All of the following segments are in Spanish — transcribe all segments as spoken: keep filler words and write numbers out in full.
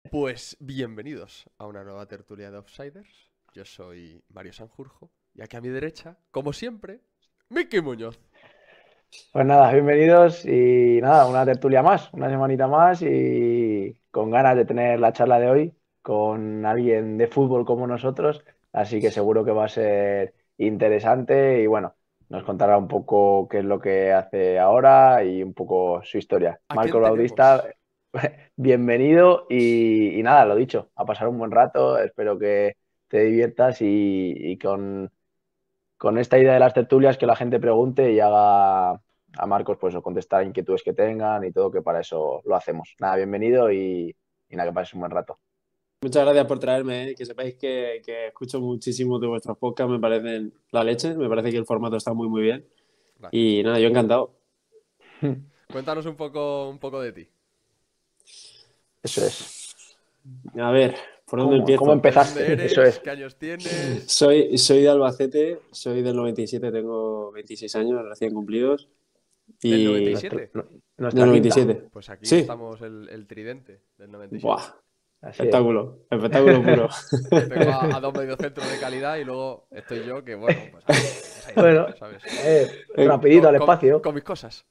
Pues bienvenidos a una nueva tertulia de Offsiders. Yo soy Mario Sanjurjo y aquí a mi derecha, como siempre, Miki Muñoz. Pues nada, bienvenidos y nada, una tertulia más, una semanita más y con ganas de tener la charla de hoy con alguien de fútbol como nosotros, así que seguro que va a ser interesante y bueno, nos contará un poco qué es lo que hace ahora y un poco su historia. ¿A quién Marco Bautista, tenemos? bienvenido y, y nada, lo dicho, a pasar un buen rato, espero que te diviertas y, y con con esta idea de las tertulias que la gente pregunte y haga a Marcos pues o contestar inquietudes que tengan y todo, que para eso lo hacemos. Nada, bienvenido y, y nada, que pases un buen rato. Muchas gracias por traerme, ¿eh? Que sepáis que, que escucho muchísimo de vuestros podcasts, me parecen la leche, me parece que el formato está muy muy bien Gracias. y nada, yo encantado. Cuéntanos un poco, un poco de ti. Eso es. A ver, ¿por dónde ¿Cómo, cómo empiezo? ¿De dónde empezaste? Eso eres? es. ¿Qué años tienes? Soy, soy de Albacete, soy del noventa y siete, tengo veintiséis años recién cumplidos ¿Del y Nuestra, noventa y siete? del nuestra quinta. noventa y siete. Pues aquí Sí, estamos el, el tridente del noventa y siete. buah, Así es. espectáculo, espectáculo puro. Que tengo a, a dos mediocentros de calidad y luego estoy yo que, bueno, pues ahí, pues ahí Bueno, estamos, ¿sabes? eh, Eh, rapidito Con, al con- espacio. con mis cosas.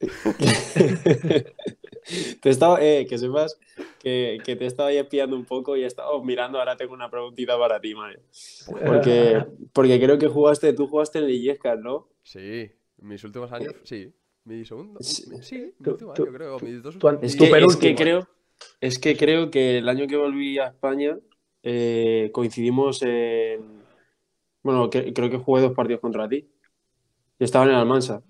Te estaba, eh, que sepas que, que te estaba ahí espiando un poco y he estado mirando. Ahora tengo una preguntita para ti, Mario. Porque, porque creo que jugaste, tú jugaste en el Illescas, ¿no? Sí, mis últimos años, Eh, sí. Mi segundo, sí. mi- sí, mi Tú- último año, tú- creo. tú- Mis dos tú- últimos, Es tu mi, que, mi es que último penúltimo. año. creo, es que Eso es. creo que el año que volví a España eh, coincidimos en. Bueno, que- creo que jugué dos partidos contra ti. Y estaba en el Almansa.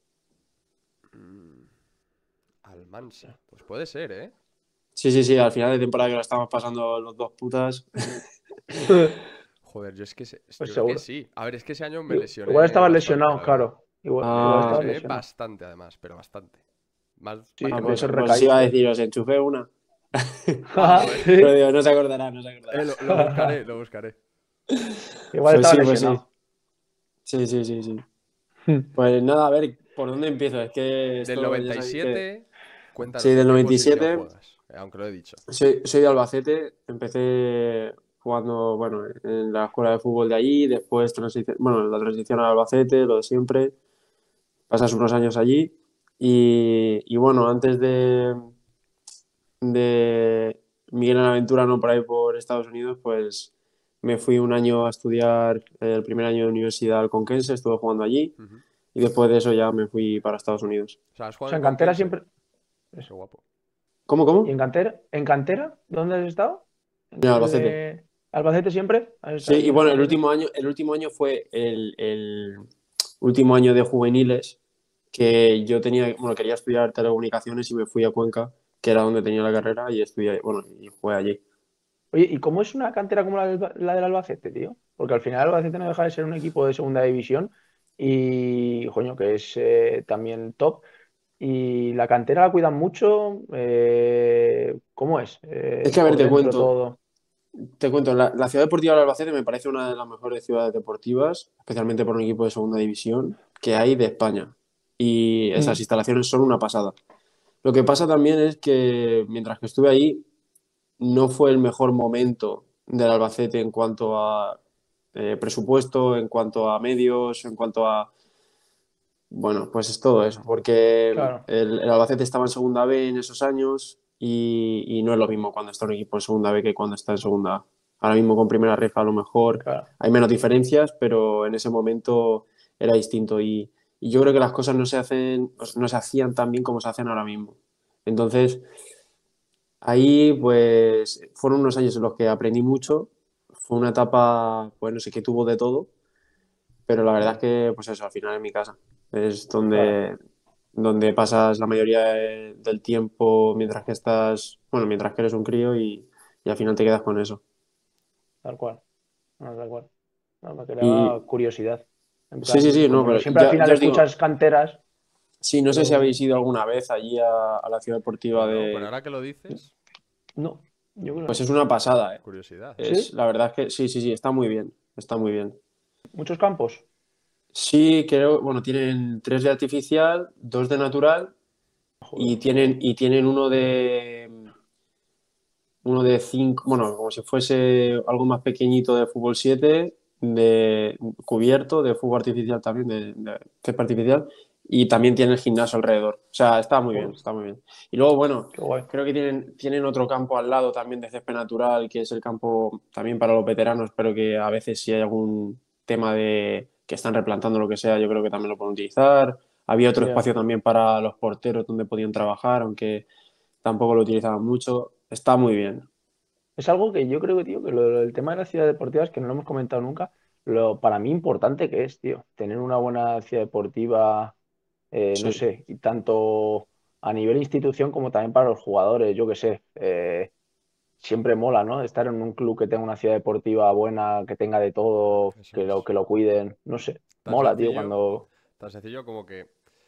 Mm, Almansa. Pues puede ser, ¿eh? Sí, sí, sí, al final de temporada que lo estábamos pasando los dos putas. Joder, yo es que se- Pues yo creo que seguro. sí. A ver, es que ese año me I- Igual lesioné estabas bastante, lesionado, la verdad. claro. Igual, igual Me estabas Ah, lesioné lesionado. bastante, además, pero bastante. Más, más Sí, que ah, por pues, eso nunca. pues os iba a recaíste. decir, os enchufé una. Ah, pues. Pero Sí. digo, no se acordará, no se acordará. Eh, lo, lo buscaré, lo buscaré. Igual Pues estaba sí, pues sí. lesionado. Sí, sí, sí, sí. Pues nada, a ver, ¿por dónde empiezo? Es que Del esto ya noventa y sabéis que. siete, Sí, cuéntanos, ¿en del qué noventa y posición siete juegas? Eh, aunque lo he dicho. soy, soy de Albacete. Empecé jugando, bueno, en la escuela de fútbol de allí, después transición, bueno, la transición al Albacete, lo de siempre. Pasas unos años allí y, y bueno, antes de, de Miguel en Aventura, no por ahí por Estados Unidos, pues me fui un año a estudiar el primer año de universidad al Conquense, estuve jugando allí Ujú. y después de eso ya me fui para Estados Unidos. O sea, has O jugado sea, en en cantera Conquense. siempre. Qué Eso. guapo. ¿Cómo, ¿Y en cómo? cantera? ¿En cantera? ¿Dónde has estado? En ¿En Albacete. el Albacete siempre? ¿Has Sí, estado y siempre en bueno, el Albacete? último año, el último año fue el, el último año de juveniles que yo tenía, bueno, quería estudiar telecomunicaciones y me fui a Cuenca, que era donde tenía la carrera y estudié, bueno, y jugué allí. Oye, ¿y cómo es una cantera como la del, la del Albacete, tío? Porque al final el Albacete no deja de ser un equipo de segunda división y, coño, que es eh, también top. Y la cantera la cuidan mucho. eh, ¿cómo es? Es Eh, que, a ver, por te dentro cuento, todo. te cuento, la, la ciudad deportiva de Albacete me parece una de las mejores ciudades deportivas, especialmente por un equipo de segunda división que hay de España. Y esas Mm. instalaciones son una pasada. Lo que pasa también es que mientras que estuve ahí, no fue el mejor momento del Albacete en cuanto a eh, presupuesto, en cuanto a medios, en cuanto a. Bueno, pues es todo eso, porque Claro, el, el Albacete estaba en segunda B en esos años y, y no es lo mismo cuando está un equipo en segunda B que cuando está en segunda A. Ahora mismo con primera ref a lo mejor claro. hay menos diferencias, pero en ese momento era distinto y, y yo creo que las cosas no se hacen, no se hacían tan bien como se hacen ahora mismo. Entonces, ahí, pues, fueron unos años en los que aprendí mucho. Fue una etapa, pues, no sé, que tuvo de todo, pero la verdad es Mm. que, pues eso, al final en mi casa. Es Claro, donde, donde pasas la mayoría de- del tiempo mientras que estás, bueno, mientras que eres un crío y, y al final te quedas con eso. tal cual. No, tal cual. No, me Y crea curiosidad. En sí, sí, plan, sí, no, como pero siempre al ya, final ya os digo, escuchas canteras, sí, no sé si pero habéis ido alguna vez allí a, a la ciudad deportiva Pues no, pero de. ahora que lo dices, no, yo creo que Pues no. es una pasada, ¿eh? curiosidad, ¿eh? Es, ¿Sí? la verdad es que sí, sí, sí, está muy bien, está muy bien. ¿Muchos campos? Sí, creo, bueno, tienen tres de artificial, dos de natural Joder, y pues qué tienen, guapo. y tienen uno de, uno de cinco, bueno, como si fuese algo más pequeñito de fútbol siete, de cubierto, de fútbol artificial también, de, de césped artificial, y también tiene el gimnasio alrededor. O sea, está muy bien, Joder, está muy bien. Y luego, bueno, qué guay. creo que tienen, tienen otro campo al lado también de césped natural, que es el campo también para los veteranos, pero que a veces si hay algún tema de que están replantando lo que sea, yo creo que también lo pueden utilizar. Había otro Ya. espacio también para los porteros donde podían trabajar, aunque tampoco lo utilizaban mucho. Está muy bien. Es algo que yo creo que, tío, que lo, lo- el tema de las ciudades deportivas, que no lo hemos comentado nunca, lo para mí importante que es, tío, tener una buena ciudad deportiva, eh, no Sí, sé, y tanto a nivel institución como también para los jugadores, yo qué sé, eh, siempre mola, ¿no? Estar en un club que tenga una ciudad deportiva buena, que tenga de todo, Eso que lo, es. que lo cuiden, no sé, Tan mola, tío, sencillo, cuando... tan sencillo como que,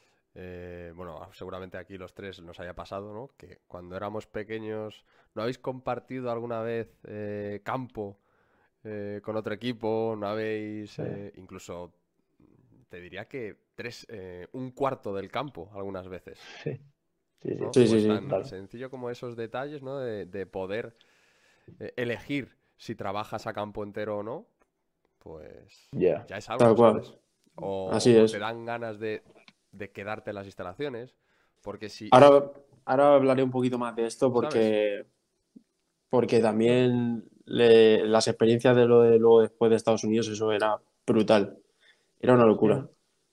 eh, bueno, seguramente aquí los tres nos haya pasado, ¿no? Que cuando éramos pequeños, ¿no habéis compartido alguna vez eh, campo eh, con otro equipo? ¿No habéis, Sí, eh, incluso, te diría que tres, eh, un cuarto del campo algunas veces, sí, sí, sí, ¿no? sí, sí, Pues sí. tan total. sencillo como esos detalles, ¿no? De, de poder eh, elegir si trabajas a campo entero o no, pues Ya. ya es Tal algo, cual. ¿sabes? O, Así o te es. dan ganas de, de quedarte en las instalaciones, porque si, Ahora, ahora hablaré un poquito más de esto ¿sabes? porque, porque también le- las experiencias de lo de luego después de Estados Unidos, eso era brutal. Era una locura. Ya.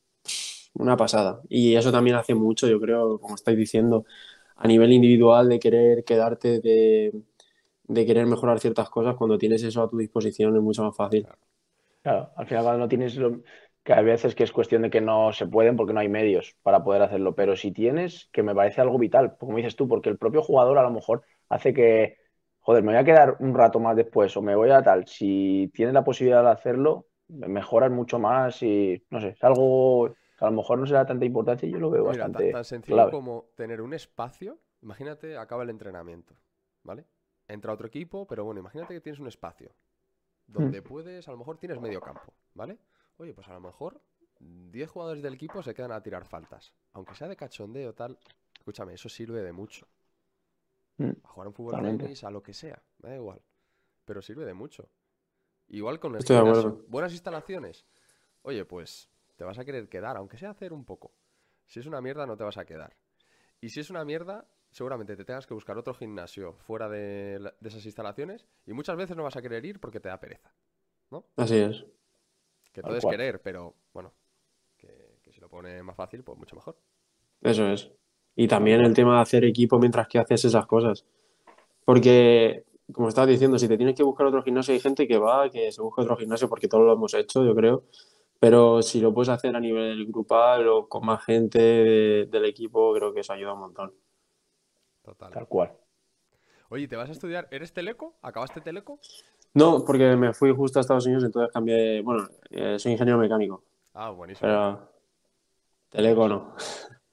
Una pasada. Y eso también hace mucho, yo creo, como estáis diciendo, a nivel individual de querer quedarte, de, de querer mejorar ciertas cosas, cuando tienes eso a tu disposición es mucho más fácil. Claro. Claro, al final cuando no tienes lo- que hay veces que es cuestión de que no se pueden porque no hay medios para poder hacerlo, pero si tienes, que me parece algo vital, como dices tú, porque el propio jugador a lo mejor hace que, joder, me voy a quedar un rato más después o me voy a tal, si tienes la posibilidad de hacerlo, mejoras mucho más y no sé, es algo que a lo mejor no se da tanta importancia y yo lo veo Mira, ta- bastante tan sencillo clave. como tener un espacio, imagínate, acaba el entrenamiento, ¿vale? Entra otro equipo, pero bueno, imagínate que tienes un espacio Mm, donde puedes, a lo mejor tienes medio campo, ¿vale? Oye, pues a lo mejor diez jugadores del equipo se quedan a tirar faltas, aunque sea de cachondeo tal, escúchame, eso sirve de mucho. mm, A jugar un fútbol totalmente. tenis, a lo que sea, me da igual, pero sirve de mucho. Igual con el Estoy de gimnasio. acuerdo. Buenas instalaciones. Oye, pues te vas a querer quedar, aunque sea hacer un poco. Si es una mierda, no te vas a quedar. Y si es una mierda, seguramente te tengas que buscar otro gimnasio fuera de, la- de esas instalaciones y muchas veces no vas a querer ir porque te da pereza, ¿no? Así es. Que todo Tal es cual. querer, pero bueno, que, que si lo pone más fácil, pues mucho mejor. Eso es. Y Tal también el cual. tema de hacer equipo mientras que haces esas cosas. Porque, como estabas diciendo, si te tienes que buscar otro gimnasio, hay gente que va, que se busca otro gimnasio porque todos lo hemos hecho, yo creo. Pero si lo puedes hacer a nivel grupal o con más gente de- del equipo, creo que eso ayuda un montón. Total. Tal cual. Oye, ¿te vas a estudiar? ¿Eres teleco? ¿Acabaste teleco? No, porque me fui justo a Estados Unidos, entonces cambié. Bueno, eh, soy ingeniero mecánico, Ah, buenísimo. pero teleco Pues, no.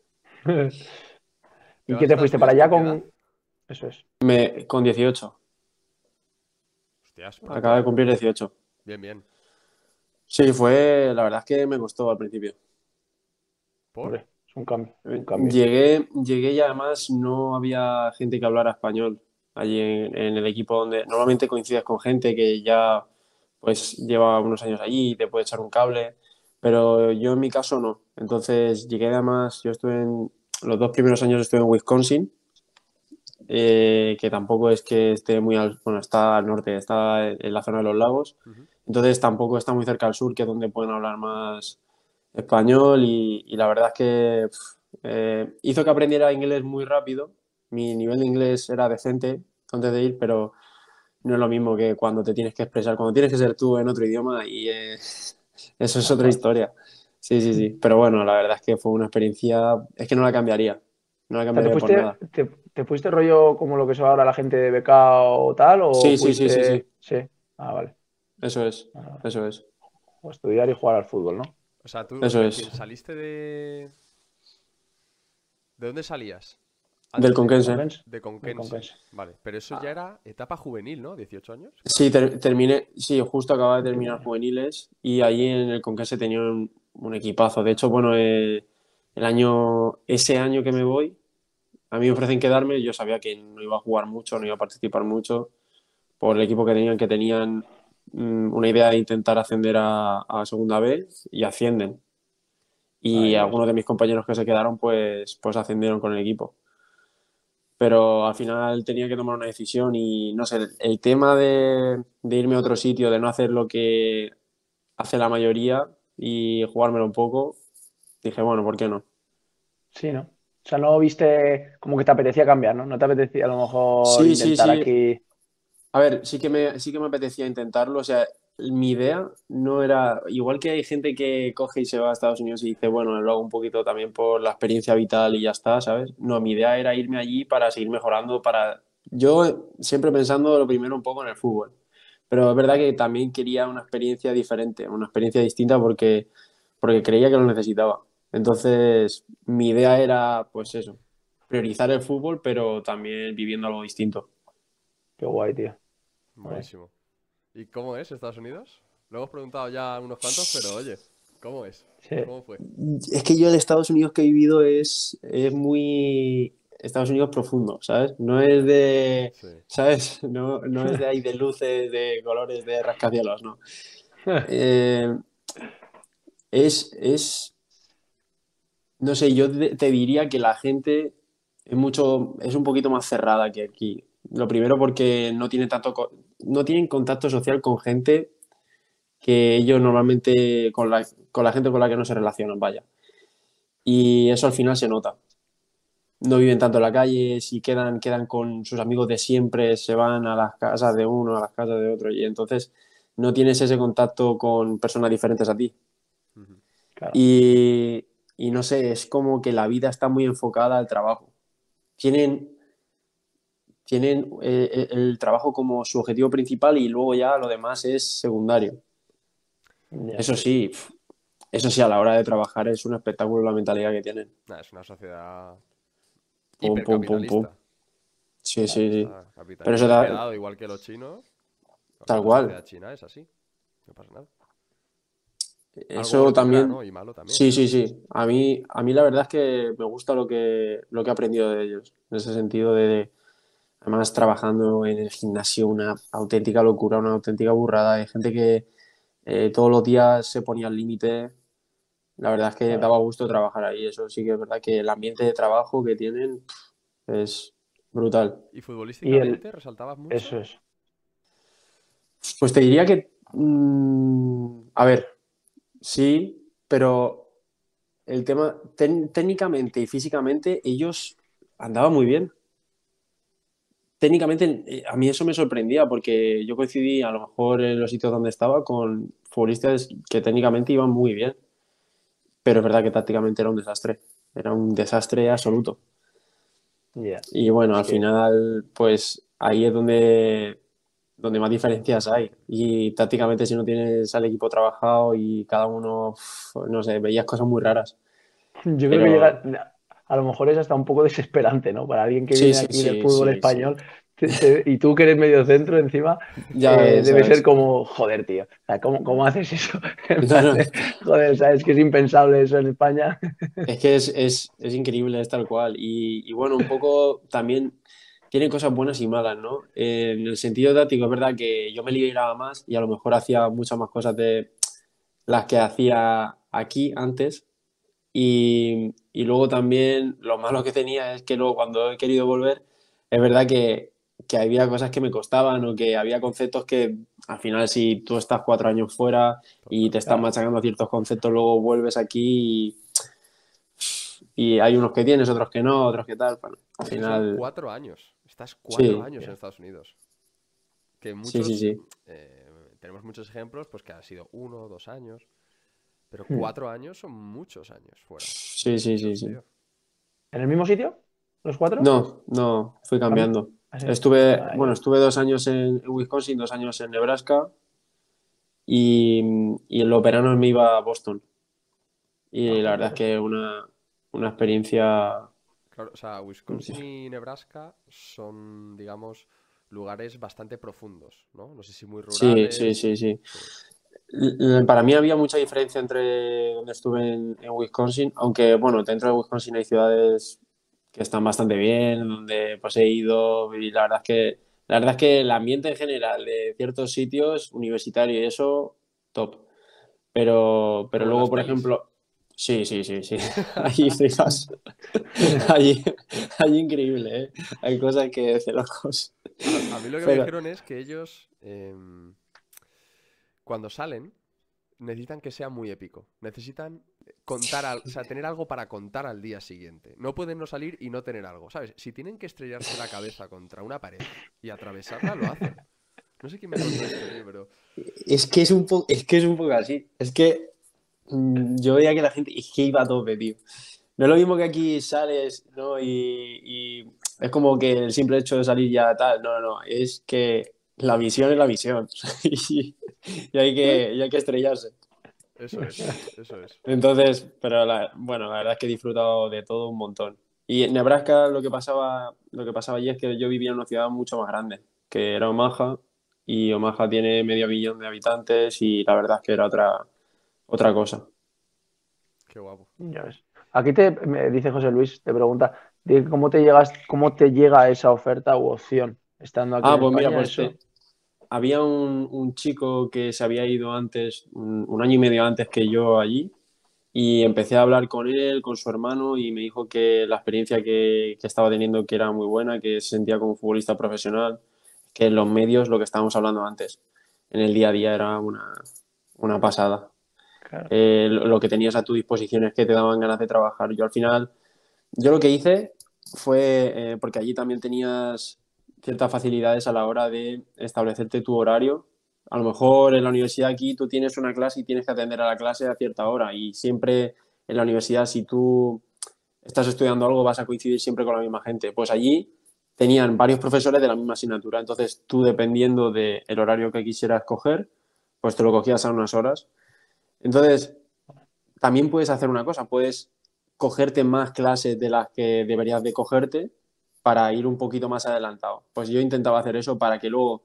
¿te ¿Y vas qué a te Estados fuiste Unidos para allá con qué edad? con...? Eso es. Me, con dieciocho. Hostias, pronto, Acaba de ¿eh? cumplir dieciocho. Bien, bien. Sí, fue. La verdad es que me costó al principio. ¿Por? Hombre, es un cambio, es un Eh, cambio. Llegué, llegué y además no había gente que hablara español allí en, en el equipo donde normalmente coincides con gente que ya pues lleva unos años allí y te puede echar un cable, pero yo en mi caso no. Entonces llegué además, yo estuve en los dos primeros años estuve en Wisconsin, eh, que tampoco es que esté muy al, bueno, está al norte, está en la zona de los lagos, Ujú. entonces tampoco está muy cerca al sur, que es donde pueden hablar más español y, y la verdad es que pf, eh, hizo que aprendiera inglés muy rápido. Mi nivel de inglés era decente antes de ir, pero no es lo mismo que cuando te tienes que expresar, cuando tienes que ser tú en otro idioma y eh, eso es Tal otra cual. historia. Sí, sí, sí. Pero bueno, la verdad es que fue una experiencia, es que no la cambiaría, no la O sea, ¿te cambiaría por fuiste, nada. te, te fuiste rollo como lo que es ahora la gente de becao o tal? ¿O Sí, sí, sí, sí, sí. fuiste...? Sí. Ah, vale. Eso es, Ah, eso es, o estudiar y jugar al fútbol, ¿no? O sea, tú eso recién es. saliste de... ¿De dónde salías? Del Antes de... Conquense. Conquense. De De Conquense. Conquense. Vale, pero eso ya era etapa juvenil, ¿no? Dieciocho años, Sí, quizás. ter- terminé, sí, justo acababa de Último terminar año. juveniles y allí en el Conquense tenía un, un equipazo. De hecho, bueno, eh, el año, ese año que me voy, A mí me ofrecen quedarme, yo sabía que no iba a jugar mucho, no iba a participar mucho por el equipo que tenían, que tenían mm, una idea de intentar ascender a, a Segunda B y ascienden. Y Ay, Dios. algunos de mis compañeros que se quedaron, pues, pues ascendieron con el equipo. Pero al final tenía que tomar una decisión y no sé, el, el tema de, de irme a otro sitio, de no hacer lo que hace la mayoría y jugármelo un poco, dije, bueno, ¿por qué no? Sí, ¿no? O sea, no viste como que te apetecía cambiar, ¿no? No te apetecía a lo mejor Sí, sí, intentar sí. aquí. A ver, sí que me, sí que me apetecía intentarlo. O sea, mi idea no era. Igual que hay gente que coge y se va a Estados Unidos y dice, bueno, lo hago un poquito también por la experiencia vital y ya está, ¿sabes? No, mi idea era irme allí para seguir mejorando, para. Yo siempre pensando lo primero un poco en el fútbol. Pero es verdad que también quería una experiencia diferente, una experiencia distinta porque, porque creía que lo necesitaba. Entonces, mi idea era, pues eso, priorizar el fútbol, pero también viviendo algo distinto. Qué guay, tío. Joder. Buenísimo. ¿Y cómo es Estados Unidos? Lo hemos preguntado ya unos cuantos, pero oye, ¿cómo es? Sí. ¿Cómo fue? Es que yo el Estados Unidos que he vivido es, es muy Estados Unidos profundo, ¿sabes? No es de, Sí. ¿sabes? No, no es de ahí de luces, de colores, de rascacielos, no. Eh, es, es, no sé, yo te, te diría que la gente es mucho, es un poquito más cerrada que aquí. Lo primero porque no tiene tanto, co- no tienen contacto social con gente que ellos normalmente, con la, con la gente con la que no se relacionan, vaya. Y eso al final se nota. No viven tanto en la calle, si quedan, quedan con sus amigos de siempre, se van a las casas de uno, a las casas de otro, y entonces no tienes ese contacto con personas diferentes a ti. Ujú. Claro. Y, y no sé, es como que la vida está muy enfocada al trabajo. Tienen, tienen eh, el trabajo como su objetivo principal y luego ya lo demás es secundario. Ya. Eso sí, pf, eso sí, a la hora de trabajar es un espectáculo la mentalidad que tienen. Nah, es una sociedad Pum, pum, pum, pum. hipercapitalista. Sí, Claro. sí, sí. Está Pero eso capitalista da, despiadado, igual que los chinos. Al tal final la cual. sociedad china es así. No pasa nada. Algo Eso bueno tendrá, también, ¿no? Y malo también, sí, sí, pero... sí. A mí, a mí la verdad es que me gusta lo que, lo que he aprendido de ellos. En ese sentido de, de, además, trabajando en el gimnasio, una auténtica locura, una auténtica burrada. Hay gente que eh, todos los días se ponía al límite. La verdad es que Claro. daba gusto trabajar ahí. Eso sí que es verdad que el ambiente de trabajo que tienen pff, es brutal. ¿Y Y el, futbolísticamente resaltabas mucho? eso es. Pues te diría que, mm, a ver, sí, pero el tema tén- técnicamente y físicamente ellos andaban muy bien. Técnicamente eh, a mí eso me sorprendía porque yo coincidí a lo mejor en los sitios donde estaba con futbolistas que técnicamente iban muy bien, pero es verdad que tácticamente era un desastre, era un desastre absoluto. Ya. Y bueno, Es al que, final pues ahí es donde, donde más diferencias hay. Y tácticamente si no tienes al equipo trabajado y cada uno, uf, no sé, veías cosas muy raras. yo creo que Pero llega, a lo mejor es hasta un poco desesperante, ¿no? Para alguien que sí, viene sí, aquí del sí, fútbol sí, sí. español te- te- y tú que eres medio centro encima, Ya eh, ves, ya debe ser ves. como, joder, tío. O sea, ¿cómo, cómo haces eso? En No, plan no, de, joder, ¿sabes que es impensable eso en España? es que es, es, es increíble, es tal cual. Y, y bueno, un poco también tiene cosas buenas y malas, ¿no? En el sentido táctico, es verdad que yo me liberaba más y a lo mejor hacía muchas más cosas de las que hacía aquí antes. Y, y luego también lo malo que tenía es que luego cuando he querido volver, es verdad que, que había cosas que me costaban o que había conceptos que al final si tú estás cuatro años fuera y Total. te están Claro, machacando ciertos conceptos, luego vuelves aquí y hay unos que tienes, otros que no, otros que tal. Bueno, al Es que son final, cuatro años. Estás cuatro sí, años en ya. Estados Unidos. Que sí, sí, muchos... sí. eh, tenemos muchos ejemplos, pues que ha sido uno o dos años. Pero Hmm. cuatro años son muchos años fuera. Sí, sí, sí, Muchos, sí. tío. ¿En el mismo sitio? ¿Los cuatro? No, no, fui Cam- cambiando. Ah, sí. Estuve, Ah, bueno, ya. estuve dos años en en Wisconsin, dos años en Nebraska y, y en los veranos me iba a Boston. Ah, Y la verdad es joder. que una, una experiencia... Claro, o sea, Wisconsin y Nebraska son, digamos, lugares bastante profundos, ¿no? No sé si muy Sí, sí, rurales. sí, sí. Sí. L- Para mí había mucha diferencia entre donde estuve en, en Wisconsin, aunque bueno, dentro de Wisconsin hay ciudades que están bastante bien, donde pues he ido y la verdad es que, la verdad es que el ambiente en general de ciertos sitios, universitario y eso, top. Pero, Qué pero buenas luego, por pelis. ejemplo, sí, sí, sí, sí, allí fijas, allí, allí increíble, ¿eh? Hay cosas que de locos. A, a mí lo que me Pero, dijeron es que ellos, em, cuando salen, necesitan que sea muy épico. Necesitan contar, al- o sea, tener algo para contar al día siguiente. No pueden no salir y no tener algo, ¿sabes? Si tienen que estrellarse la cabeza contra una pared y atravesarla, lo hacen. No sé quién me contó esto, tío, pero es que es un poco, es que es un poco así. Es que mm, yo veía que la gente es que iba a tope, tío. No es lo mismo que aquí sales, ¿no? Y, y es como que el simple hecho de salir ya tal. No, no, no. Es que la misión es la misión. Y, y hay que, y hay que estrellarse. eso es, eso es. Entonces, pero la- bueno, la verdad es que he disfrutado de todo un montón. Y en Nebraska lo que pasaba, lo que pasaba allí es que yo vivía en una ciudad mucho más grande, que era Omaha, y Omaha tiene medio millón de habitantes y la verdad es que era otra, otra cosa. Qué guapo. Ya ves. Aquí te me dice José Luis, te pregunta, di ¿cómo te llegas, cómo te llega esa oferta u opción estando aquí Ah, en pues mira, España? pues Eso. te, había un, un chico que se había ido antes, un, un año y medio antes que yo allí, y empecé a hablar con él, con su hermano, y me dijo que la experiencia que, que estaba teniendo que era muy buena, que se sentía como futbolista profesional, que en los medios, lo que estábamos hablando antes, en el día a día era una, una pasada. Claro. Eh, lo, lo que tenías a tu disposición es que te daban ganas de trabajar. Yo al final, yo lo que hice fue, eh, porque allí también tenías ciertas facilidades a la hora de establecerte tu horario. A lo mejor en la universidad aquí tú tienes una clase y tienes que atender a la clase a cierta hora y siempre en la universidad si tú estás estudiando algo vas a coincidir siempre con la misma gente. Pues allí tenían varios profesores de la misma asignatura, entonces tú dependiendo del horario que quisieras coger, pues te lo cogías a unas horas. Entonces, también puedes hacer una cosa, puedes cogerte más clases de las que deberías de cogerte para ir un poquito más adelantado. Pues yo intentaba hacer eso para que luego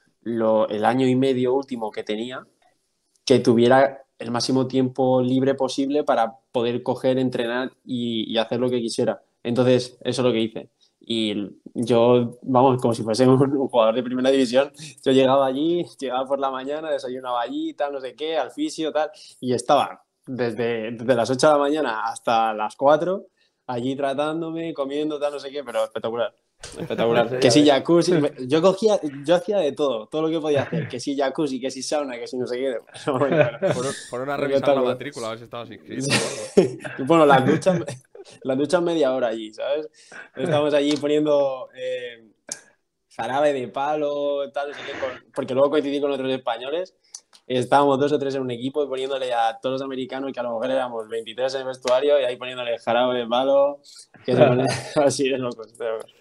lo, el año y medio último que tenía, que tuviera el máximo tiempo libre posible para poder coger, entrenar y, y hacer lo que quisiera. Entonces, eso es lo que hice. Y yo, vamos, como si fuese un, un jugador de primera división, yo llegaba allí, llegaba por la mañana, desayunaba allí, tal, no sé qué, al fisio, tal, y estaba desde, desde las ocho de la mañana hasta las cuatro allí tratándome, comiendo, tal, no sé qué, pero espectacular. Espectacular. Eso Que ya si ves. jacuzzi, yo cogía, yo hacía de todo, todo lo que podía hacer. Que si jacuzzi, que si sauna, que si no sé qué. Bueno, bueno, Fueron, fueron a revisar la espectáculo. matrícula a ver si estabas inscrito o algo. Y bueno, las duchas, las duchas media hora allí, ¿sabes? Estamos allí poniendo eh, jarabe de palo, tal, no sé qué, con- porque luego coincidí con otros españoles. Estábamos dos o tres en un equipo y poniéndole a todos los americanos, que a lo mejor éramos veintitrés en el vestuario, y ahí poniéndole jarabe de palo, que se pone así de locos. De locos.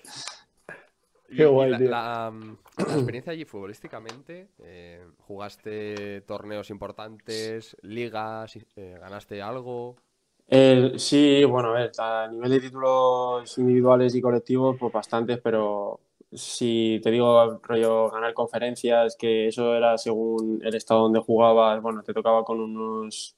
Qué Y, y guay, la, tío. la, mm, la experiencia allí futbolísticamente, eh, ¿jugaste torneos importantes, ligas, eh, ganaste algo? Eh, sí, bueno, a ver, a nivel de títulos individuales y colectivos, pues bastantes, pero si te digo, rollo, ganar conferencias, que eso era según el estado donde jugabas, bueno, te tocaba con unos,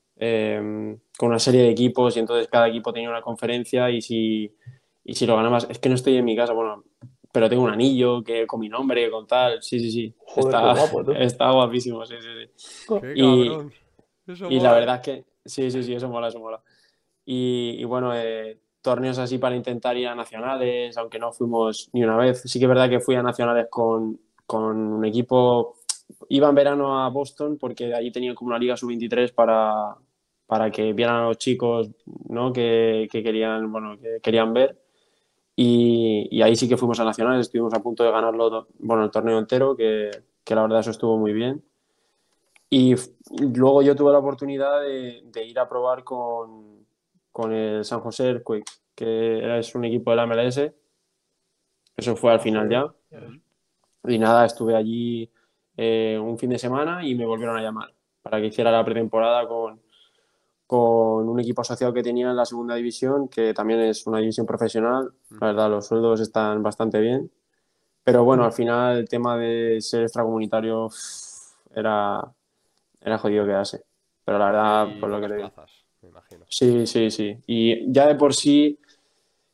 eh, con una serie de equipos y entonces cada equipo tenía una conferencia y si, y si lo ganabas, es que no estoy en mi casa, bueno, pero tengo un anillo que con mi nombre, con tal, sí, sí, sí, Joder, qué está, guapo, tú. está guapísimo, sí, sí, sí. ¡Qué Y, cabrón! Eso y la mola, ¿eh? verdad es que, sí, sí, sí, eso mola, eso mola. Y, y bueno, eh, torneos así para intentar ir a nacionales, aunque no fuimos ni una vez. Sí que es verdad que fui a nacionales con, con un equipo. Iba en verano a Boston porque allí tenían como una liga sub veintitrés para, para que vieran a los chicos, ¿no? que, que querían, bueno, que querían ver. Y, y ahí sí que fuimos a nacionales, estuvimos a punto de ganarlo, bueno, el torneo entero, que, que la verdad eso estuvo muy bien. Y f- luego yo tuve la oportunidad de, de ir a probar con, con el San José Earthquakes, que es un equipo de la M L S. Eso fue al Ah, final joder, ya. ya ves. Ujú. Y nada, estuve allí eh, un fin de semana y me volvieron a llamar para que hiciera la pretemporada con, con un equipo asociado que tenía en la segunda división, que también es una división profesional. La Ujú. verdad, los sueldos están bastante bien. Pero bueno, al final el tema de ser extracomunitario uf, era, era jodido quedarse. Pero la Porque verdad, hay por lo que pocas te digo. plazas, me imagino. Sí, sí, sí. Y ya de por sí,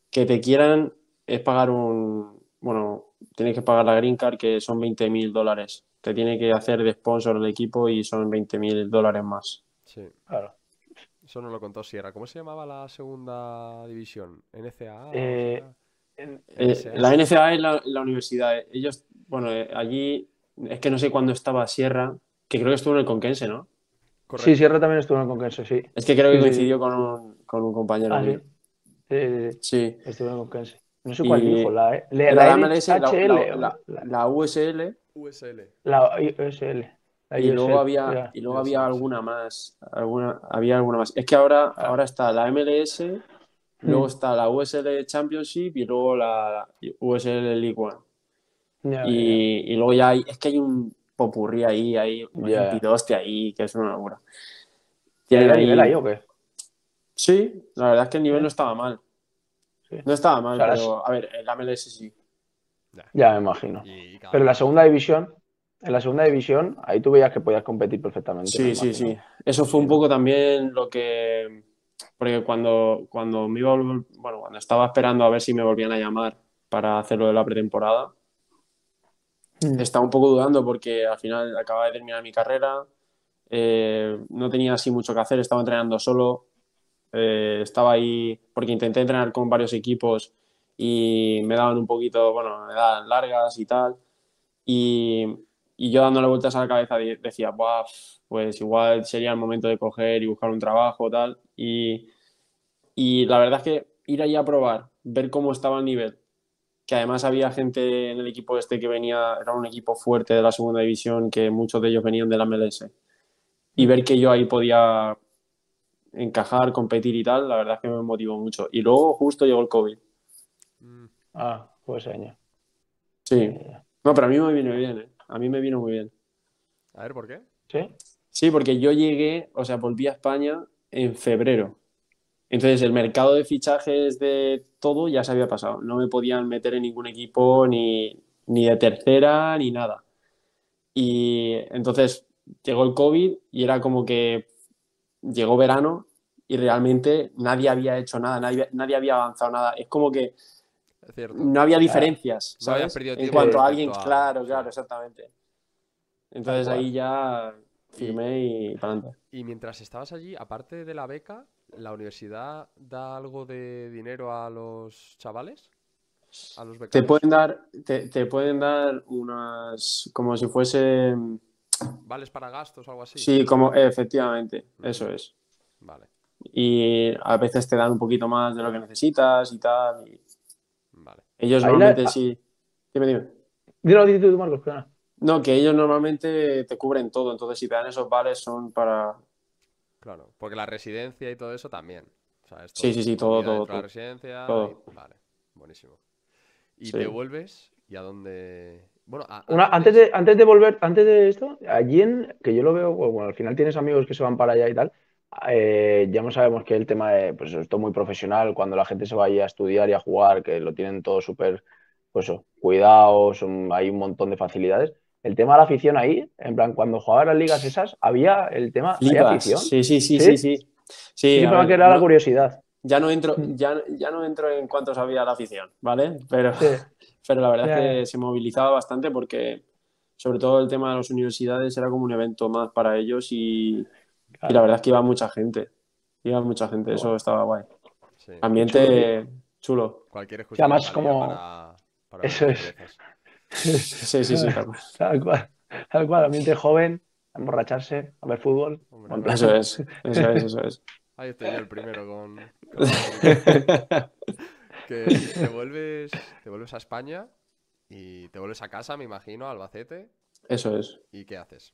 que te quieran es pagar un, bueno, tienes que pagar la Green Card, que son veinte mil dólares. Te tiene que hacer de sponsor el equipo y son veinte mil dólares más. Sí, Claro. eso no lo contó Sierra. ¿Cómo se llamaba la segunda división? ¿N C A A o Eh, será? en- Eh, N S A. la N C A A es la, la universidad. eh. Ellos, bueno, eh, allí es que no sé cuándo estaba Sierra, que creo que estuvo en el Conquense, ¿no? sí, Correcto. Sierra también estuvo en el Conquense, sí. Es que creo que Sí, sí, sí. coincidió con un, con un compañero Ah, sí. mío. Sí, sí, sí. Sí. Estuvo en el Conquense. No sé cuál dijo, Y la, E- le- era la la M L S, la, la, N H L o la, la, la U S L, U S L. la U S L. La y luego U S L, había, ya. y luego había U S L, sí. alguna más. Alguna, había alguna más. Es que ahora, Ah. ahora está la M L S, luego Mm. está la U S L Championship y luego la U S L League One. Ya, ya, Y, y luego ya hay, es que hay un popurrí ahí, hay un ya. pidoste ahí, que es una locura. ¿Y Tienen había nivel ahí ahí. o qué? Sí, la verdad es que el Sí, nivel no estaba mal. sí. No estaba O mal, sea, las- pero a ver, el M L S sí. Ya. ya me imagino. Y, y cada Pero en la vez segunda mejor. división, en la segunda división, ahí tú veías que podías competir perfectamente, me Sí, sí, sí. imagino. Eso fue Sí, un ¿no? poco también lo que. Porque cuando, cuando me iba a volver- bueno, cuando estaba esperando a ver si me volvían a llamar para hacerlo de la pretemporada, Mm. estaba un poco dudando porque al final acababa de terminar mi carrera, eh, no tenía así mucho que hacer, estaba entrenando solo. Eh, estaba ahí porque intenté entrenar con varios equipos y me daban un poquito, bueno, me daban largas y tal. Y, y yo dándole vueltas a la cabeza de- decía, "Buah, pues igual sería el momento de coger y buscar un trabajo, tal". Y, y la verdad es que ir ahí a probar, ver cómo estaba el nivel, que además había gente en el equipo este que venía, era un equipo fuerte de la segunda división, que muchos de ellos venían de la M L S. Y Mm. ver que yo ahí podía encajar, competir y tal, la verdad es que me motivó mucho. Y luego justo llegó el COVID. Mm, Ah, pues año. Sí. No, pero a mí me vino bien, ¿eh? A mí me vino muy bien. A ver, ¿por qué? ¿Sí? Sí, porque yo llegué, o sea, volví a España en febrero. Entonces el mercado de fichajes de todo ya se había pasado. No me podían meter en ningún equipo ni, ni de tercera ni nada. Y entonces llegó el COVID y era como que llegó verano y realmente nadie había hecho nada, nadie, nadie había avanzado nada. Es como que Es cierto. no había Ah, diferencias, No habías ¿sabes? perdido En tiempo cuanto a alguien, respecto a... claro, Sí. claro, exactamente. tal Entonces cual. ahí ya Y, firmé y para adelante. y mientras estabas allí, aparte de la beca, ¿la universidad da algo de dinero a los chavales? ¿A los Te becarios? pueden dar, te, te pueden dar unas, como si fuese, ¿Vales para gastos o algo así? sí, como, efectivamente, Ujú. eso es. Vale, Y a veces te dan un poquito más de lo que necesitas y tal. Y vale. ellos Ahí la... normalmente ah, sí. Dime, dime. dilo, dilo tú, Marcos, perdona. No, que ellos normalmente te cubren todo, entonces si te dan esos vales son para... Claro, porque la residencia y todo eso también. O sea, es Sí, todo. sí, sí, todo, Comida todo, dentro de la todo, residencia y... todo. Vale, buenísimo. Y te Sí. vuelves y a dónde... Bueno, a- Una, antes de antes eso... de, antes de volver, antes de esto, allí en, que yo lo veo, bueno, bueno, al final tienes amigos que se van para allá y tal, eh, ya no sabemos que el tema de, pues esto muy profesional, cuando la gente se va ahí a estudiar y a jugar, que lo tienen todo súper, pues eso, cuidado, son- hay un montón de facilidades. El tema de la afición ahí, en plan, cuando jugaba las ligas esas, había el tema, ¿hay Flipas, afición? sí, sí, sí, sí, ¿Sí? sí. Yo Sí, a siempre me ha ver, quedado la no, curiosidad. ya no entro, Mm. ya, ya no entro en cuántos había la afición, ¿vale? Pero, Sí, pero la verdad es ya, que ya, se movilizaba bastante porque, sobre todo el tema de las universidades, era como un evento más para ellos y, y la claro. verdad es que iba mucha gente. Iba mucha gente, eso Joder, estaba guay. Sí. qué chulo, tío. Ambiente chulo. Cualquier Sí, excusilla además valía como, para, para ver eso es. cervezas. Sí, sí, sí, tal cual. Tal cual, tal cual, ambiente joven, a emborracharse, a ver fútbol, Hombre, buen Eso plan. es, eso es, eso es. ahí estoy yo el primero con, con la cerveza. Que, y te vuelves, te vuelves a España y te vuelves a casa, me imagino, a Albacete. Eso es. ¿Y qué haces?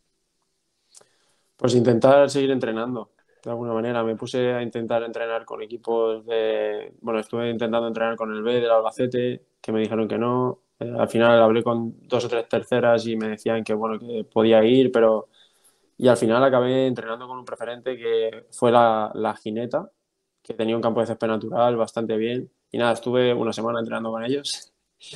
Pues intentar seguir entrenando, de alguna manera. Me puse a intentar entrenar con equipos de... Bueno, estuve intentando entrenar con el B del Albacete, que me dijeron que no. Eh, al final hablé con dos o tres terceras y me decían que, bueno, que podía ir, pero... Y al final acabé entrenando con un preferente que fue la, la Gineta, que tenía un campo de césped natural bastante bien. Y nada, estuve una semana entrenando con ellos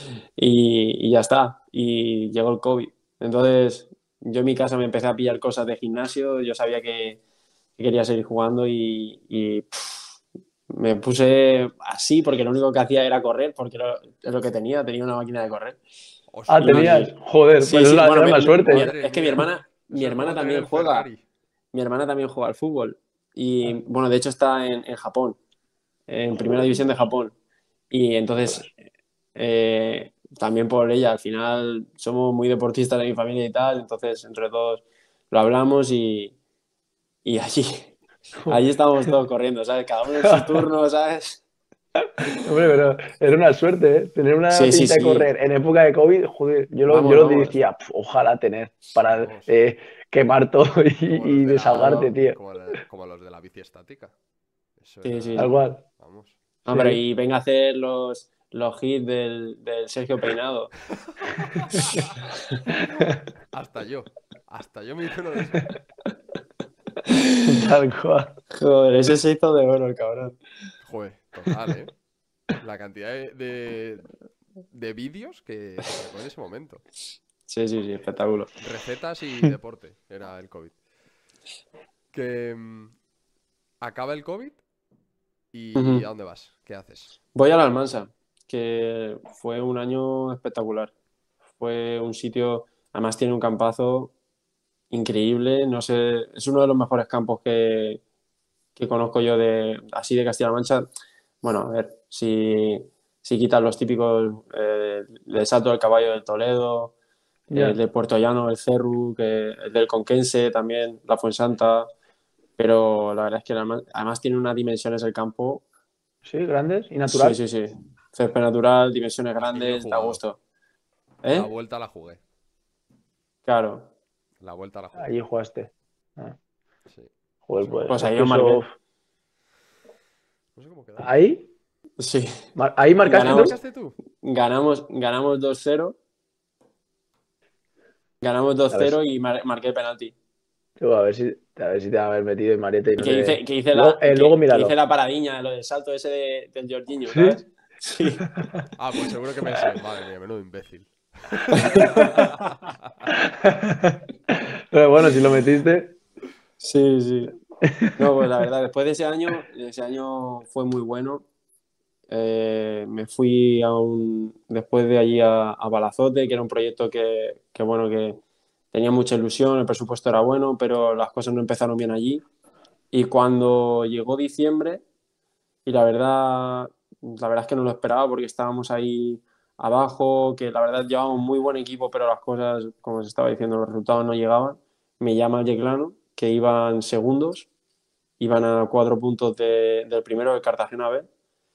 y, y ya está. Y llegó el COVID. Entonces, yo en mi casa me empecé a pillar cosas de gimnasio. Yo sabía que, que quería seguir jugando y, y, pff, Me puse así porque lo único que hacía era correr, porque lo- es lo que tenía, tenía una máquina de correr. Ah, Hostia, tenías. Y Joder, sí, pues es sí, una, bueno, era me- una me- mi- suerte. madre es que mi mía. hermana, mi Eso es como hermana tener también el juega, Ferrari. mi hermana también juega al fútbol. Y bueno, de hecho está en, en Japón, en primera división de Japón. Y entonces, Ostras. eh, también por ella, al final somos muy deportistas de mi familia y tal, entonces entre todos lo hablamos y, y allí, allí estábamos todos corriendo, ¿sabes? Cada uno en su turno, ¿sabes? Hombre, pero era una suerte, ¿eh? Tener una Sí, sí, pinta de sí. correr en época de COVID, joder, yo lo, yo Vamos, lo vamos. decía, "Pf, ojalá tener para Vamos. eh, quemar todo Como y, los y de desahogarte, la. Claro. tío. Como, la- como los de la bici estática. Eso Sí, Tal sí. era. cual. Vamos. Ah, pero Sí. y venga a hacer los, los hits del, del Sergio Peinado. Hasta yo. Hasta yo me hice uno de esos. Tal cual. Joder, ese se hizo de oro, el cabrón. Joder, total, ¿eh? La cantidad de, de, de vídeos que, que sacó en ese momento. Sí, sí, sí, espectáculo. Recetas y deporte era el COVID. Que mm, acaba el COVID y ¿a Ujú. dónde vas? ¿Qué haces? Voy a la Almansa, que fue un año espectacular. Fue un sitio, además tiene un campazo increíble, no sé, es uno de los mejores campos que, que conozco yo de así de Castilla-La Mancha. Bueno, a ver, si, si quitas los típicos, eh, el Salto del Caballo del Toledo, el Ya. de Puerto Llano, el Cerro, que, el del Conquense también, la Fuensanta, pero la verdad es que además, además tiene unas dimensiones el campo, Sí, grandes y sí, natural. sí, sí, césped natural, dimensiones Allí no he grandes, da jugado. gusto. La ¿Eh? vuelta la jugué. Claro, La vuelta la jugué. Allí jugaste. Ah, Sí. No joder, sé cómo pues pues es quedó. ahí que os eso. marqué, No sé cómo quedamos. Ahí, sí, mar- ahí marcaste ¿Ahí tú. ganamos, marcaste tú? ganamos, ganamos dos cero, ganamos dos A ver cero si, y mar- marqué penalti. tú, a ver si, a ver si te va a haber metido en Marieta y no Que hice, te. que hice Luego, la, eh, luego que, que hice míralo. la paradiña de lo del salto ese de- del Jorginho, ¿sabes? ¿Sí? Sí. Ah, pues seguro que me sé. Madre mía, menudo imbécil. Pero bueno, si lo metiste. Sí, sí. No, pues la verdad, después de ese año, ese año fue muy bueno. Eh, me fui a un, después de allí a, a Balazote, que era un proyecto que, que, bueno, que tenía mucha ilusión, el presupuesto era bueno, pero las cosas no empezaron bien allí. Y cuando llegó diciembre, y la verdad, la verdad es que no lo esperaba porque estábamos ahí abajo, que la verdad llevábamos muy buen equipo, pero las cosas, como se estaba diciendo, los resultados no llegaban. Me llama el Yeclano, que iban segundos, iban a cuatro puntos de- del primero de Cartagena B.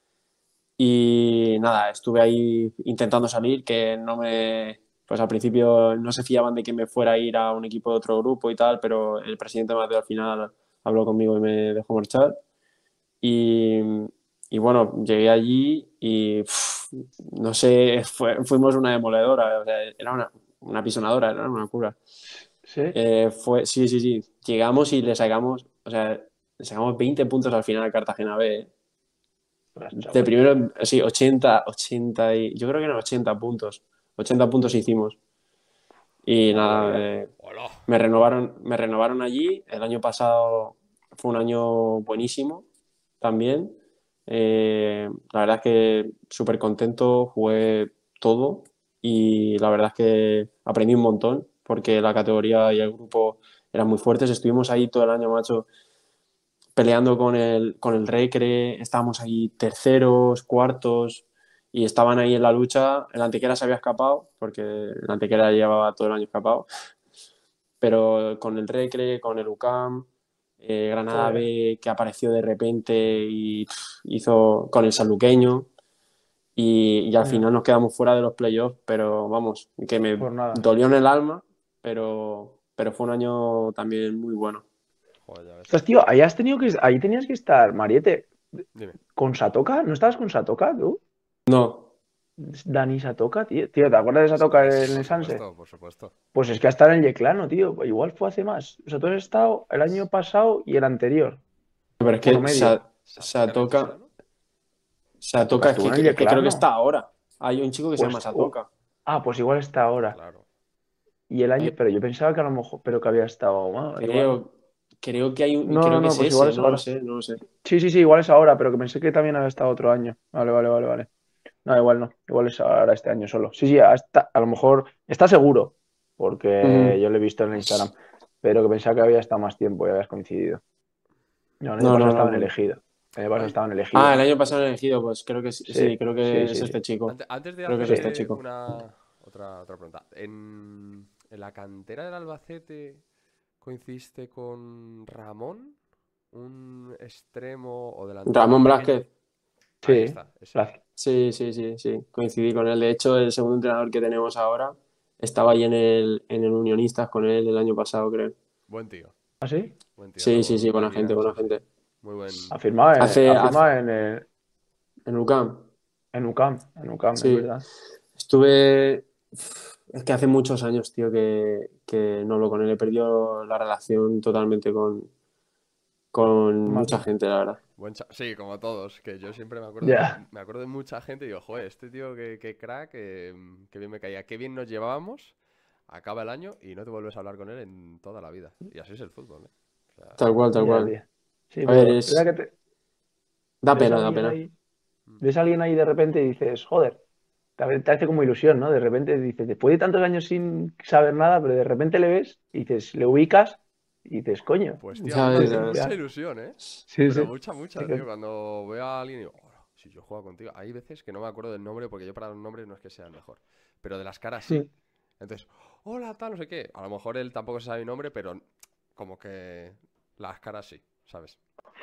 Y nada, estuve ahí intentando salir, que no me, pues al principio no se fiaban de que me fuera a ir a un equipo de otro grupo y tal, pero el presidente Mateo al final habló conmigo y me dejó marchar. Y, y bueno, llegué allí y pff, no sé, fue- fuimos una demoledora, o sea, era una, una pisonadora, era una locura. Sí. Eh, fue, sí, sí, sí, llegamos y le sacamos, o sea, le sacamos veinte puntos al final a Cartagena B. ¿Eh? Ostras, De chaval. primero, sí, ochenta ochenta y, yo creo que eran ochenta puntos, ochenta puntos hicimos. Y Madre nada, mía. eh, Hola. me renovaron, me renovaron allí. El año pasado fue un año buenísimo también. Eh, la verdad es que súper contento, jugué todo y la verdad es que aprendí un montón porque la categoría y el grupo eran muy fuertes. Estuvimos ahí todo el año, macho, peleando con el, con el Recre, estábamos ahí terceros, cuartos y estaban ahí en la lucha. El Antequera se había escapado porque el Antequera llevaba todo el año escapado, pero con el Recre, con el U C A M, eh, Granada Joder. B que apareció de repente y pff, hizo con el Sanluqueño y, y al Ya, final nos quedamos fuera de los playoffs, pero vamos, que me por nada. dolió en el alma, pero, pero fue un año también muy bueno. Joder, ya ves. Ostras, tío, ahí has tenido que. Ahí tenías que estar, Mariette. Dime. ¿Con Satoka? ¿No estabas con Satoka, tú? No, Dani Satoka, tío. Tío, ¿te acuerdas de Sí, Satoka sí, en por el Sanse? supuesto, por supuesto. Pues es que hasta en el Yeclano, tío. Igual fue hace más. O sea, tú has estado el año pasado y el anterior. pero es Uno que medio. Sa- ¿Satoca en el Satoka, Yeclano? Satoka Satoka es estuvo que, en el es que creo que está Yeclano. ahora. Hay un chico que se llama Pues. uh, Satoka. ah, pues igual está ahora. Claro. Y el año. Eh, Pero yo pensaba que a lo mejor. Pero que había estado. Bueno, igual. creo, creo que hay un, No, creo no, que no, es pues igual ese, es no lo ahora. sé, no lo sé. Sí, sí, sí, igual es ahora, pero que pensé que también había estado otro año. Vale, vale, vale, vale. No, igual no, igual es ahora este año solo. Sí, sí, hasta, a lo mejor está seguro, porque Ujú. yo lo he visto en el Instagram, pero que pensaba que había estado más tiempo y habías coincidido. No, el año No, pasado no, no, estaban pues. elegidos. El año pasado Oye, estaban elegidos, Ah, el ¿no? año pasado elegido, pues creo que sí, Sí, sí, creo sí, que es sí, sí. este chico. ante- antes de Creo que es este hacerte chico. una otra, otra pregunta. ¿En, en la cantera del Albacete coincidiste con Ramón? ¿Un extremo o delantero Ramón pequeño? Blázquez. Ahí Sí, está, ese. gracias. Sí, sí, sí, sí. Coincidí con él. De hecho, el segundo entrenador que tenemos ahora estaba ahí en el, en el Unionistas con él el año pasado, creo. Buen tío, ¿Ah, sí? buen tío, Sí, sí, Ramón. sí, buena gente, Máquina, sí, buena sí. gente. Muy buen. Ha firmado en, Hace, ha hace, firmado en, el- en UCAM, en UCAM, en UCAM, es sí. verdad. Estuve. Es que hace muchos años, tío, que, que no hablo con él. He perdido la relación totalmente con, con mucha Máquina. gente, la verdad. Buen cha- Sí, como todos, que yo siempre me acuerdo de, Ya. me acuerdo de mucha gente y digo, joder, este tío que, que crack, que, mm, que bien me caía, qué bien nos llevábamos, acaba el año y no te vuelves a hablar con él en toda la vida. Y así es el fútbol, ¿eh? O sea, Tal cual, tal Ya, cual. tío. Sí, A ver, pero es es. verdad que te- Da ves a pena, da alguien pena. ahí, mm, ves a alguien ahí de repente y dices, joder, te, te hace como ilusión, ¿no? De repente dices, después de tantos años sin saber nada, pero de repente le ves y dices, le ubicas y dices, coño, pues tío, a mí Ya me ves, hace ya mucha ves. ya. ilusión, ¿eh? Sí, Pero sí. mucha, Es mucha, tío, que- cuando veo a alguien y digo, "Oh, si yo juego contigo", hay veces que no me acuerdo del nombre porque yo para los nombres no es que sea el mejor, pero de las caras sí. Entonces, hola, tal, no sé qué. A lo mejor él tampoco sabe mi nombre, pero como que las caras sí, ¿sabes?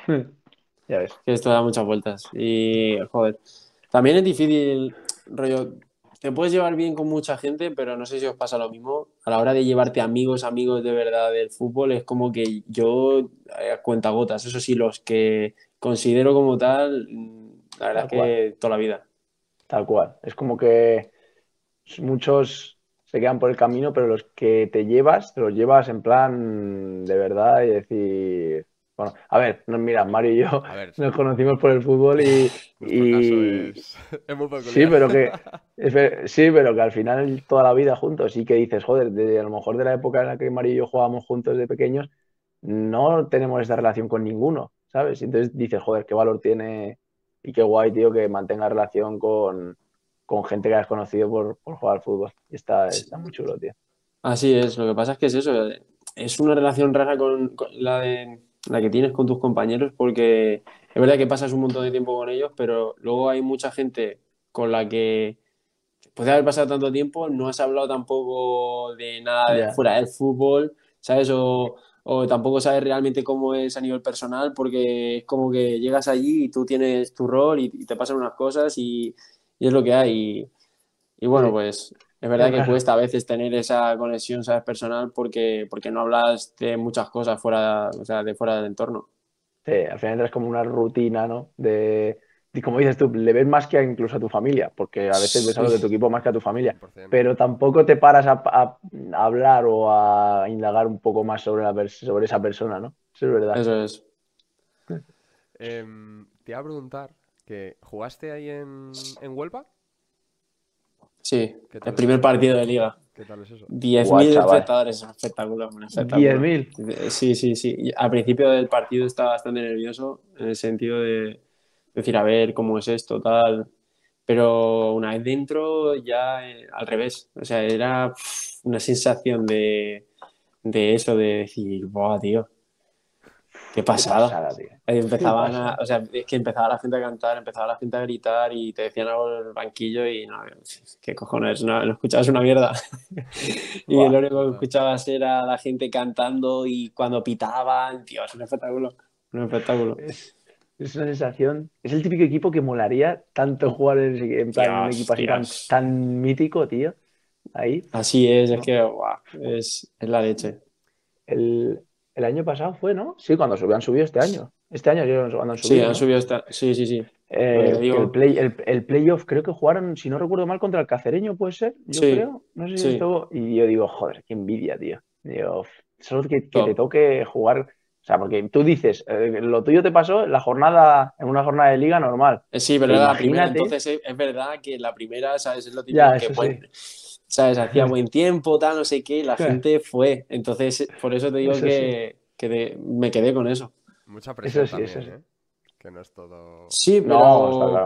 Ya ves. Que esto da muchas vueltas. Y, joder, también es difícil, rollo, te puedes llevar bien con mucha gente, pero no sé si os pasa lo mismo. A la hora de llevarte amigos, amigos de verdad del fútbol, es como que yo, eh, a cuentagotas, eso sí, los que considero como tal, mm, la verdad es Tal cual, que toda la vida. tal cual. Es como que muchos se quedan por el camino, pero los que te llevas, te los llevas en plan de verdad y decir, bueno, a ver, no, mira, Mario y yo A ver, nos conocimos por el fútbol y, nuestro caso y es, es muy sí, peculiar. pero que es ver- sí, pero que al final toda la vida juntos y que dices, joder, de, a lo mejor de la época en la que Mario y yo jugábamos juntos de pequeños, no tenemos esta relación con ninguno, ¿sabes? Y entonces dices, joder, qué valor tiene y qué guay, tío, que mantenga relación con, con gente que has conocido por, por jugar al fútbol. Y está, está muy chulo, tío. Así es, lo que pasa es que es eso, es una relación rara con, con la de la que tienes con tus compañeros porque es verdad que pasas un montón de tiempo con ellos, pero luego hay mucha gente con la que después de haber pasado tanto tiempo no has hablado tampoco de nada de Ya, fuera del fútbol, ¿sabes? O, o tampoco sabes realmente cómo es a nivel personal porque es como que llegas allí y tú tienes tu rol y, y te pasan unas cosas y, y es lo que hay. Y bueno, sí, pues es verdad pero que claro. cuesta a veces tener esa conexión, ¿sabes? Personal porque, porque no hablas de muchas cosas fuera, o sea, de fuera del entorno. Sí, al final entras como una rutina, ¿no? De, y como dices tú, le ves más que a- incluso a tu familia, porque a veces ves a Sí, los de tu equipo más que a tu familia, cien por ciento. pero tampoco te paras a, a- a hablar o a indagar un poco más sobre, la, pers- sobre esa persona, ¿no? Eso es verdad. eso es. Em, te iba a preguntar que ¿jugaste ahí en, en Huelva? Sí, ¿Qué el tal es primer eso? partido de liga. ¿Qué tal es eso? diez Guau, mil chaval. espectadores, un espectáculo, un Diez espectáculo. mil. Sí, sí, sí. Y al principio del partido estaba bastante nervioso en el sentido de decir, a ver cómo es esto, tal. Pero una vez dentro, ya eh, al revés. O sea, era pf, una sensación de, de eso, de decir, ¡buah, tío! ¡Qué Qué pasada! pasada, tío. Ahí Qué empezaban a, pasada. o sea, es que empezaba la gente a cantar, empezaba la gente a gritar y te decían algo en el banquillo y no, qué cojones, no, no escuchabas una mierda. Y lo Buah. único que Total. escuchabas era la gente cantando y cuando pitaban, tío, es un espectáculo, un espectáculo. Es, es una sensación. Es el típico equipo que molaría tanto jugar en, ese- en plan en un Dios, equipo así tan, Dios. tan mítico, tío. Ahí. Así es, es No. que, guau, es, es la leche. El, el año pasado fue, ¿no? Sí, cuando subían subido este año. Este año yo cuando han Sí, subido, han ¿no? subido esta, sí, sí, sí, lo que te Eh, que el digo. play, el, el playoff creo que jugaron, si no recuerdo mal, contra el Cacereño, puede ser, yo Sí, creo. No sé si sí, esto. Y yo digo, joder, qué envidia, tío. Digo, solo que, que te top. toque jugar. O sea, porque tú dices, eh, lo tuyo te pasó en la jornada, en una jornada de liga normal. Eh, Sí, pero Pero era la primera, imagínate. entonces es, es verdad que la primera, ¿sabes? Es lo típico Ya, que, eso sí. buen, ¿sabes? Hacía buen tiempo, tal, no sé qué, y la gente fue. Entonces, por eso te digo Eso sí. que, quedé, me quedé con eso. Mucha presión Eso sí, también, eso sí. ¿eh? Que no es todo... Sí, No, está pero claro.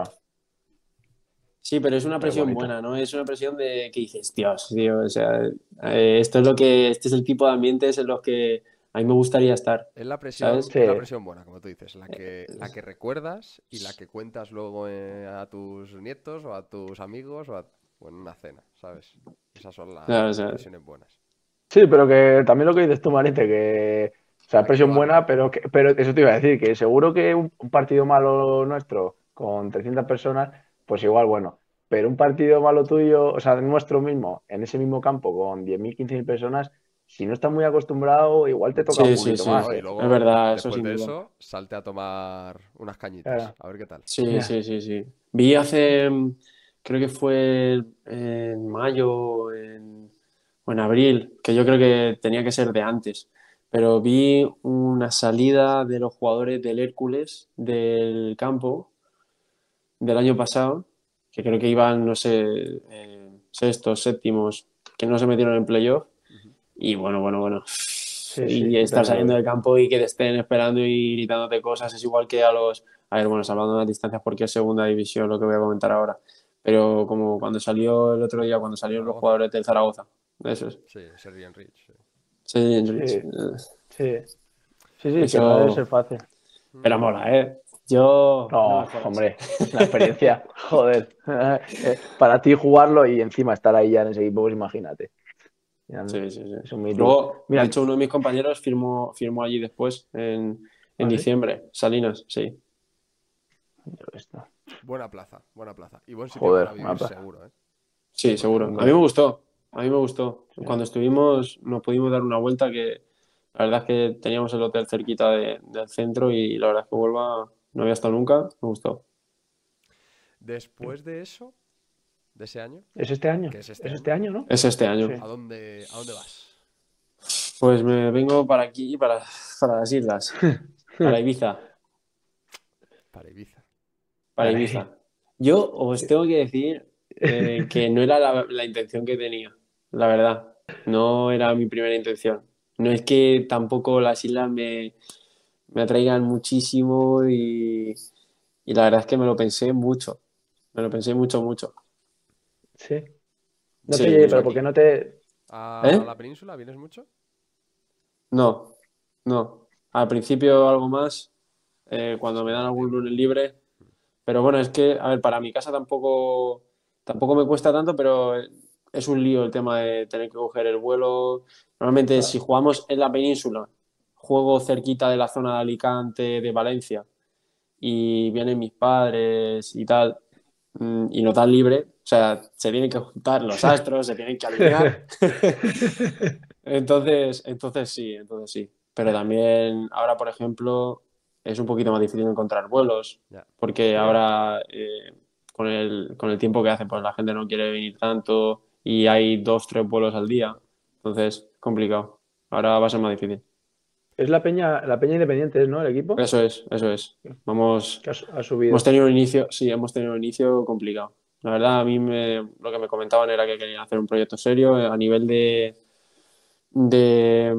sí, pero es una Pero presión bonito. buena, ¿no? Es una presión de que dices, Dios, tío, o sea, eh, esto es lo que, este es el tipo de ambientes en los que a mí me gustaría estar, Es la presión, ¿sabes? Sí, es la presión buena, como tú dices, la que, la que recuerdas y la que cuentas luego eh, a tus nietos o a tus amigos o, a- o en una cena, ¿sabes? Esas son Claro, o las sea, presiones buenas. sí, pero que también lo que dices tú, Manite, que o sea, Hay que presión llevarlo. buena, pero que, pero eso te iba a decir, que seguro que un, un partido malo nuestro con trescientas personas, pues igual, bueno, pero un partido malo tuyo, o sea, nuestro mismo, en ese mismo campo con diez mil quince mil personas, si no estás muy acostumbrado, igual te toca un sí, sí, poquito sí, más, No, y ¿eh? es luego, verdad, eso después sin de duda. eso, salte a tomar unas cañitas. Claro, A ver qué tal. Sí, ya. sí, sí, sí. Vi hace, mm, creo que fue en mayo en, o en abril, que yo creo que tenía que ser de antes, pero vi una salida de los jugadores del Hércules del campo del año pasado, que creo que iban, no sé, eh, sextos, séptimos, que no se metieron en playoff. Ujú. Y bueno, bueno, bueno. Sí, sí, Y yo estar también lo saliendo vi. del campo y que te estén esperando y gritándote cosas es igual que a los... A ver, bueno, salvando las distancias porque es segunda división lo que voy a comentar ahora. Pero como cuando salió el otro día, cuando salieron los Zaragoza. jugadores del Zaragoza. Eso es. Sí, Serbian Rich. Sí. Sí, Enrich. Sí, sí, sí, sí, que no debe ser Eso... fácil. Mm. Pero mola, ¿eh? Yo... No No, me jodas. hombre, la experiencia, joder. Eh, Para ti jugarlo y encima estar ahí ya en ese equipo, pues imagínate. Ya, Sí, sí, sí. es un mítico. Luego, de Mira, hecho, uno de mis compañeros firmó, firmó allí después, en, en ¿ah, sí? diciembre. Salinas, sí. Yo esto. Buena plaza, buena plaza. Y buen sitio para Joder, una vivir plaza. seguro, ¿eh? Sí, Porque seguro. A mí Hombre, me gustó. A mí me gustó. sí. Cuando estuvimos, nos pudimos dar una vuelta que la verdad es que teníamos el hotel cerquita de- del centro y la verdad es que Huelva no había estado nunca. Me gustó. después de eso, de ese año, ¿Es este año? que es este ¿Es este año, año, no? Es este Sí. año. ¿a dónde, a dónde vas? Pues me vengo para aquí, para, para las islas, para Ibiza, Para Ibiza. para Vale. Ibiza. Yo os tengo que decir eh, que no era la, la intención que tenía, la verdad. No era mi primera intención. No es que tampoco las islas me, me atraigan muchísimo y, y la verdad es que me lo pensé mucho. Me lo pensé mucho, mucho. Sí. No te Sí, llegué, ¿Vienes pero ¿por mucho. qué aquí? no te...? ¿A ¿Eh? la península? ¿Vienes mucho? No, no. Al principio algo más, eh, Es cuando que me no dan da algún tiempo. lunes libre. Pero bueno, es que, a ver, para mi casa tampoco, tampoco me cuesta tanto, pero es un lío el tema de tener que coger el vuelo. Normalmente, si Claro. jugamos en la península, juego cerquita de la zona de Alicante, de Valencia, y vienen mis padres y tal, mm, y no tan libre, o sea, se tienen que juntar los astros, se tienen que alinear. Entonces, entonces sí, entonces sí. Pero también ahora, por ejemplo, es un poquito más difícil encontrar vuelos, Ya. porque Ya. ahora eh, con el, con el tiempo que hace, pues la gente no quiere venir tanto y hay dos, tres vuelos al día. Entonces, complicado. Ahora va a ser más difícil. Es la Peña, la Peña Independiente, ¿no? El equipo Eso es, eso es. Vamos, que ha, su- ha hemos subido. tenido un inicio, sí, hemos tenido un inicio complicado. La verdad, a mí me, lo que me comentaban era que querían hacer un proyecto serio eh, a nivel de, de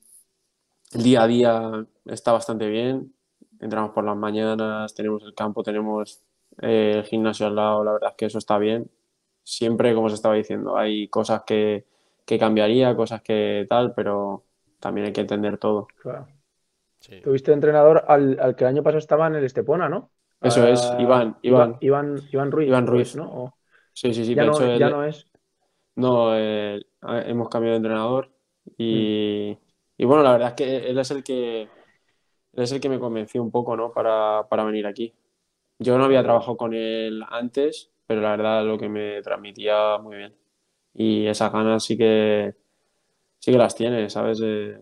el día a día está bastante bien. Entramos por las mañanas, tenemos el campo, tenemos eh, el gimnasio al lado, la verdad es que eso está bien. Siempre, como se estaba diciendo, hay cosas que, que cambiaría, cosas que tal, pero también hay que entender todo. Claro. Sí. Tuviste entrenador al, al que el año pasado estaba en el Estepona, ¿no? Eso es, Ah, Iván, Iba- Iván, Iván, Iván Ruiz, Iván o es, Ruiz. ¿no? O- Sí, sí, sí, ya de no, hecho ya él, no es. no, eh, hemos cambiado de entrenador Mm, y, y bueno, la verdad es que él es el que, él es el que me convenció un poco, ¿no? Para, para venir aquí. Yo no había joder. trabajado con él antes, pero la verdad lo que me transmitía muy bien. Y esas ganas sí que, sí que las tiene, ¿sabes? Eh,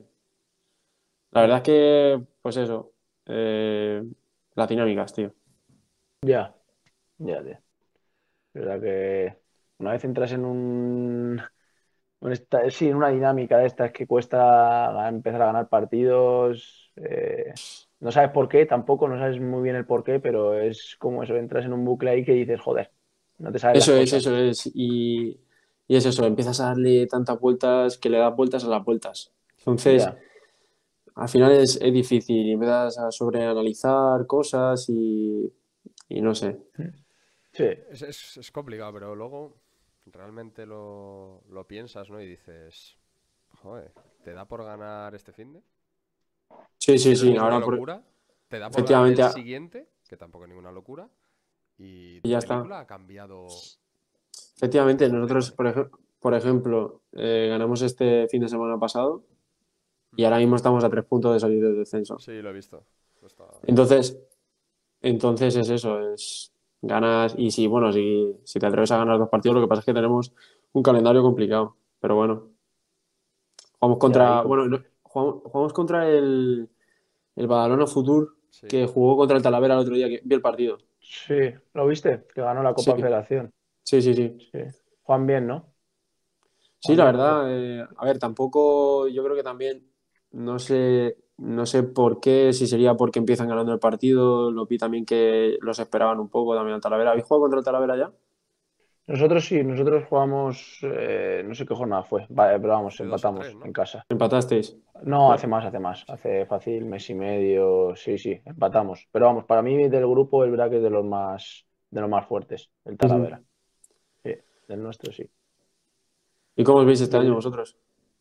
la Mm, verdad es que, pues eso, eh, las dinámicas, tío. ya, ya, tío. ¿Verdad que una vez entras en un, en esta- sí, en una dinámica de estas que cuesta ga- empezar a ganar partidos, eh, no sabes por qué, tampoco, no sabes muy bien el por qué, pero es como eso, entras en un bucle ahí que dices, joder, no te sabes las Eso es, cosas. eso es. Y, y es eso, empiezas a darle tantas vueltas que le das vueltas a las vueltas. Sí. Entonces, Ya, al final es, es difícil y empiezas a sobreanalizar cosas y, y no sé. Sí, Es, es- es complicado, pero luego realmente lo, lo piensas, ¿no? Y dices, joder, ¿te da por ganar este finde? Sí, sí, Que no es sí, ninguna ahora por- locura. ¿Te da por ganar efectivamente el ah, siguiente? Que tampoco es ninguna locura. Y y tu ya está. película ha cambiado Efectivamente, por completo, nosotros, ¿eh? por ej- por ejemplo, eh, ganamos este fin de semana pasado y Mm. ahora mismo estamos a tres puntos de salir del descenso. Sí, lo he visto. Lo he estado viendo. Entonces, entonces es eso, es ganas y si, bueno, si, si te atreves a ganar dos partidos, lo que pasa es que tenemos un calendario complicado, pero bueno, jugamos ya ahí contra, como... bueno, no, jugamos, jugamos contra el, el Badalona Futur Sí. que jugó contra el Talavera el otro día, que vi el partido. Sí, ¿lo viste? Que ganó la Sí, Copa Federación. sí, sí, sí. Sí. Juan bien, ¿no? Sí, Juan la bien, ¿no? verdad, eh, a ver, tampoco, yo creo que también, no sé, no sé por qué, si sería porque empiezan ganando el partido, lo vi también que los esperaban un poco también al Talavera. ¿Habéis jugado contra el Talavera ya? Nosotros sí, nosotros jugamos, eh, no sé qué jornada fue, vale, pero vamos, Hace dos o tres, empatamos ¿no? en casa. Empatasteis. No, hace Bueno, más, hace más, hace fácil mes y medio, sí, sí, empatamos. Pero vamos, para mí del grupo el Braque es de los más, de los más fuertes, el ujú. Talavera. Sí, del nuestro sí. ¿Y cómo os veis este año Yo- vosotros?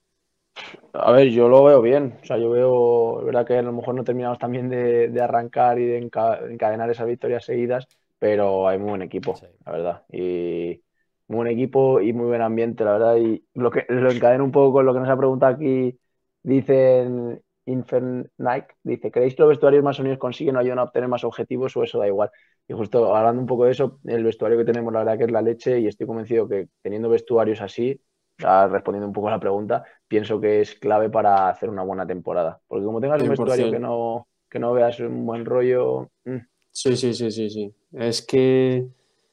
a ver, yo lo veo bien, o sea, yo veo, es verdad que a lo mejor no terminamos también de, de arrancar y de enca- encadenar esas victorias seguidas, pero hay muy buen equipo, Sí. la verdad, y muy buen equipo y muy buen ambiente, la verdad, y lo que lo encadeno un poco con lo que nos ha preguntado aquí, dicen Infernike, dice, ¿creéis que los vestuarios más unidos consiguen o ayudan a obtener más objetivos o eso da igual? Y justo hablando un poco de eso, el vestuario que tenemos, la verdad que es la leche y estoy convencido que teniendo vestuarios así, ya respondiendo un poco a la pregunta, pienso que es clave para hacer una buena temporada. Porque como tengas un vestuario que cien por ciento. no, que no veas un buen rollo, mm, Sí, sí, sí, sí, sí. Es que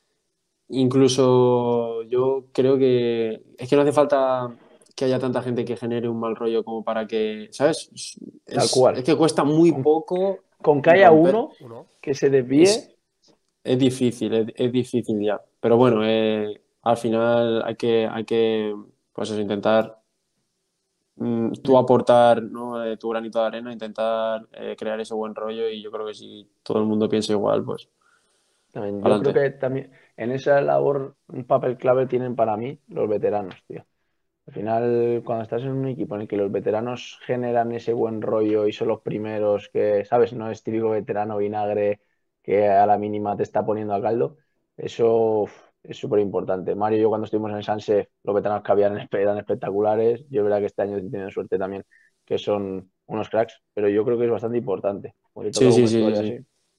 incluso yo creo que es que no hace falta que haya tanta gente que genere un mal rollo como para que, ¿sabes? tal Es, es cual. que cuesta muy Con, poco con que haya romper. uno Uno. que se desvíe, Es, es difícil, es, es difícil ya. Pero bueno, eh, al final hay que, hay que, pues eso, intentar mm, tú aportar, ¿no? Eh, tu granito de arena, intentar eh, crear ese buen rollo y yo creo que si todo el mundo piensa igual, pues también, yo creo adelante. que también en esa labor un papel clave tienen para mí los veteranos, tío. Al final, cuando estás en un equipo en el que los veteranos generan ese buen rollo y son los primeros que, ¿sabes? No es típico veterano vinagre que a la mínima te está poniendo a caldo. Eso uf, es súper importante. Mario y yo cuando estuvimos en el Sanse, los veteranos que habían espe- eran espectaculares. Yo es verdad que este año he tenido suerte también, que son unos cracks, pero yo creo que es bastante importante. Porque tocar Sí, un sí, sí, vestuario sí, así. sí.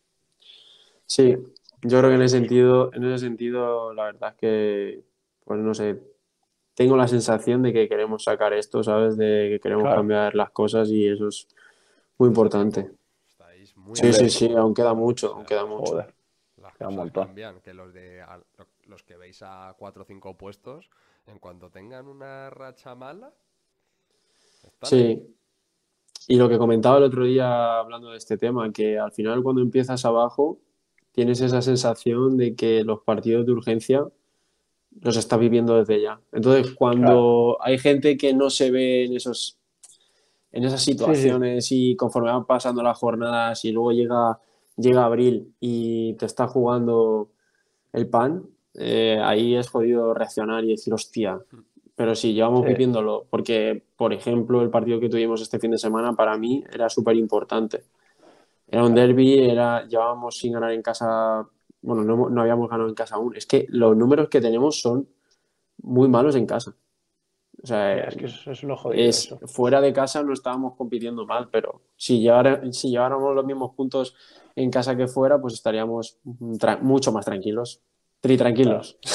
Sí, yo creo que en ese sentido, en ese sentido, la verdad es que, pues no sé, tengo la sensación de que queremos sacar esto, ¿sabes? De que queremos Claro, cambiar las cosas y eso es muy Falta tiempo. importante. Estáis muy a Sí, sí, hombre, sí, tiempo. aún queda O mucho, aún sea, queda mucho. joder, las queda un cosas montón. cambian. Que los de a- lo- los que veis a cuatro o cinco puestos, en cuanto tengan una racha mala, están ahí. Sí, y lo que comentaba el otro día hablando de este tema, que al final cuando empiezas abajo, tienes esa sensación de que los partidos de urgencia los estás viviendo desde ya. Entonces, Claro, cuando hay gente que no se ve en esos, en esas sí, sí, situaciones y conforme van pasando las jornadas y luego llega, llega abril y te está jugando el pan, eh, ahí es jodido reaccionar y decir, hostia, pero sí, llevamos sí, viviéndolo, porque, por ejemplo, el partido que tuvimos este fin de semana para mí era súper importante. Era un claro. derbi, era, llevábamos sin ganar en casa, bueno, no, no habíamos ganado en casa aún. Es que los números que tenemos son muy malos en casa. O Ya, sea, es que eso es lo jodido es, eso. fuera de casa no estábamos compitiendo mal, pero si, llevara, si lleváramos los mismos puntos en casa que fuera, pues estaríamos tra- mucho más tranquilos. Tri Claro. tranquilos.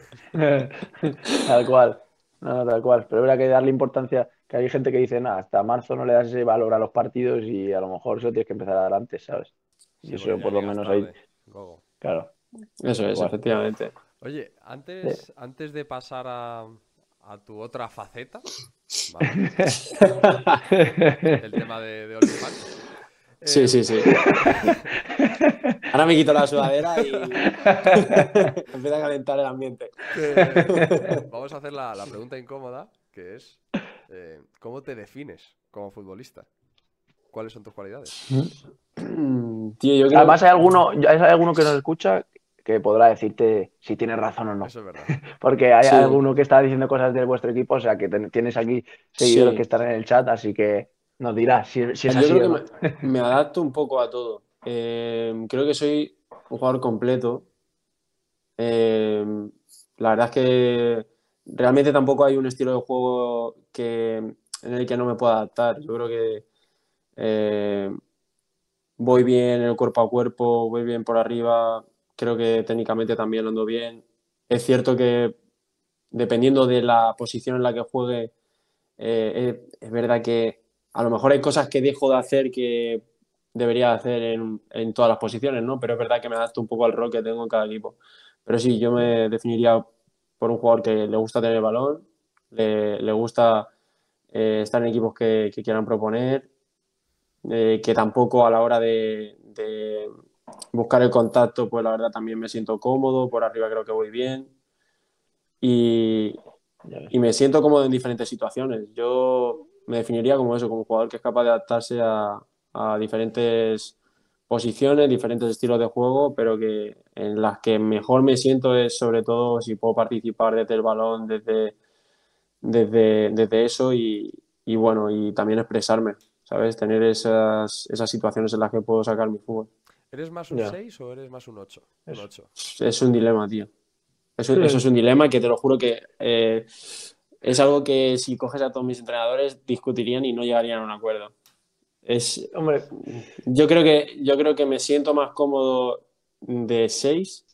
Tal cual. No, tal cual. Pero habrá que darle importancia, que hay gente que dice, nada, hasta marzo no le das ese valor a los partidos y a lo mejor eso tienes que empezar adelante, ¿sabes? Y Sí, porque eso ya por lo llegas menos ahí, tarde. Luego. claro, Eso tal es, cual. efectivamente. Oye, Sí. antes, antes de pasar a, a tu otra faceta, ¿vale? El tema de, de OnlyFans. Sí, sí, em, sí. Ahora me quito la sudadera y empieza a calentar el ambiente. te- vamos a hacer la, la pregunta incómoda, que es, eh, ¿cómo te defines como futbolista? ¿Cuáles son tus cualidades? Tío, yo creo... Además, hay alguno, hay alguno que nos escucha Tío, yo creo... Además, hay alguno, hay alguno que nos escucha que podrá decirte si tienes razón o no. Eso es verdad. Porque hay Sí, alguno que está diciendo cosas de vuestro equipo, o sea que ten- tienes aquí seguidores que sí. están en el chat, así que nos dirás si, si es Yo así creo o que no. me, me adapto un poco a todo. Eh, creo que soy un jugador completo. Eh, la verdad es que realmente tampoco hay un estilo de juego que, en el que no me pueda adaptar. Yo creo que eh, voy bien en el cuerpo a cuerpo, voy bien por arriba, creo que técnicamente también ando bien. Es cierto que dependiendo de la posición en la que juegue, eh, es, es verdad que a lo mejor hay cosas que dejo de hacer que debería hacer en, en todas las posiciones, ¿no? Pero es verdad que me adapto un poco al rol que tengo en cada equipo. Pero sí, yo me definiría por un jugador que le gusta tener el balón, le, le gusta eh, estar en equipos que, que quieran proponer, eh, que tampoco a la hora de, de buscar el contacto, pues la verdad también me siento cómodo, por arriba creo que voy bien y, Ya ves. y me siento cómodo en diferentes situaciones. Yo me definiría como eso, como un jugador que es capaz de adaptarse a, a diferentes posiciones, diferentes estilos de juego, pero que en las que mejor me siento es sobre todo si puedo participar desde el balón, desde, desde, desde eso y, y bueno, y también expresarme, ¿sabes? Tener esas, esas situaciones en las que puedo sacar mi fútbol. ¿Eres más un Ya, seis o eres más un ocho? Un eso. ocho. Es un dilema, tío. Eso, eso es un dilema que te lo juro que eh, es algo que si coges a todos mis entrenadores discutirían y no llegarían a un acuerdo. Es, Hombre, yo creo que, yo creo que me siento más cómodo de seis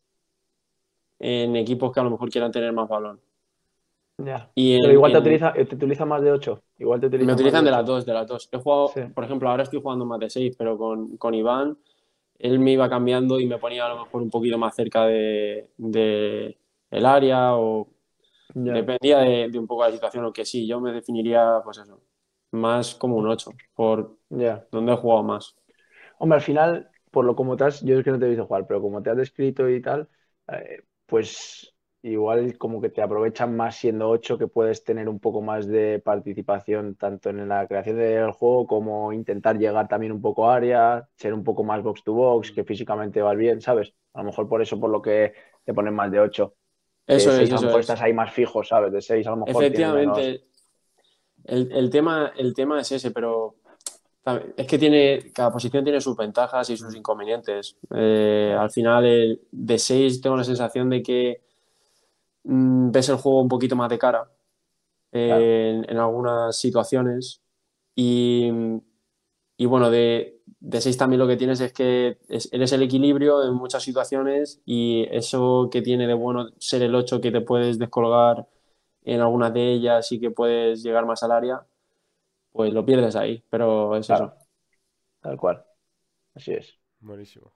en equipos que a lo mejor quieran tener más balón. ya. Y Pero en, igual te en- utiliza, eh, te utiliza más de ocho. Igual te me utiliza más de utilizan de las ocho. dos, de las dos. He jugado, Sí, por ejemplo, ahora estoy jugando más de seis, pero con, con Iván, él me iba cambiando y me ponía a lo mejor un poquito más cerca de, de el área o ya, dependía de, de un poco la situación, aunque sí, yo me definiría, pues eso, más como un ocho por ya. donde he jugado más. Hombre, al final, por lo como te has, yo es que no te he visto jugar, pero como te has descrito y tal, eh, pues igual como que te aprovechan más siendo ocho, que puedes tener un poco más de participación tanto en la creación del juego como intentar llegar también un poco a área, ser un poco más box to box, que físicamente vas bien, ¿sabes? A lo mejor por eso, por lo que te ponen más de ocho, que de Eso es, seis a lo eso mejor estás es. ahí más fijo, ¿sabes? De seis a lo mejor tienes menos. Efectivamente, el, el tema, el tema es ese, pero es que tiene, cada posición tiene sus ventajas y sus inconvenientes. Eh, al final, el, de seis tengo la sensación de que mm, ves el juego un poquito más de cara Claro, eh, en, en algunas situaciones. Y, y bueno, de, de seis también lo que tienes es que es- eres el equilibrio en muchas situaciones y eso que tiene de bueno ser el ocho que te puedes descolgar en algunas de ellas y que puedes llegar más al área, pues lo pierdes ahí, pero es eso. claro, tal cual. Así es. Buenísimo.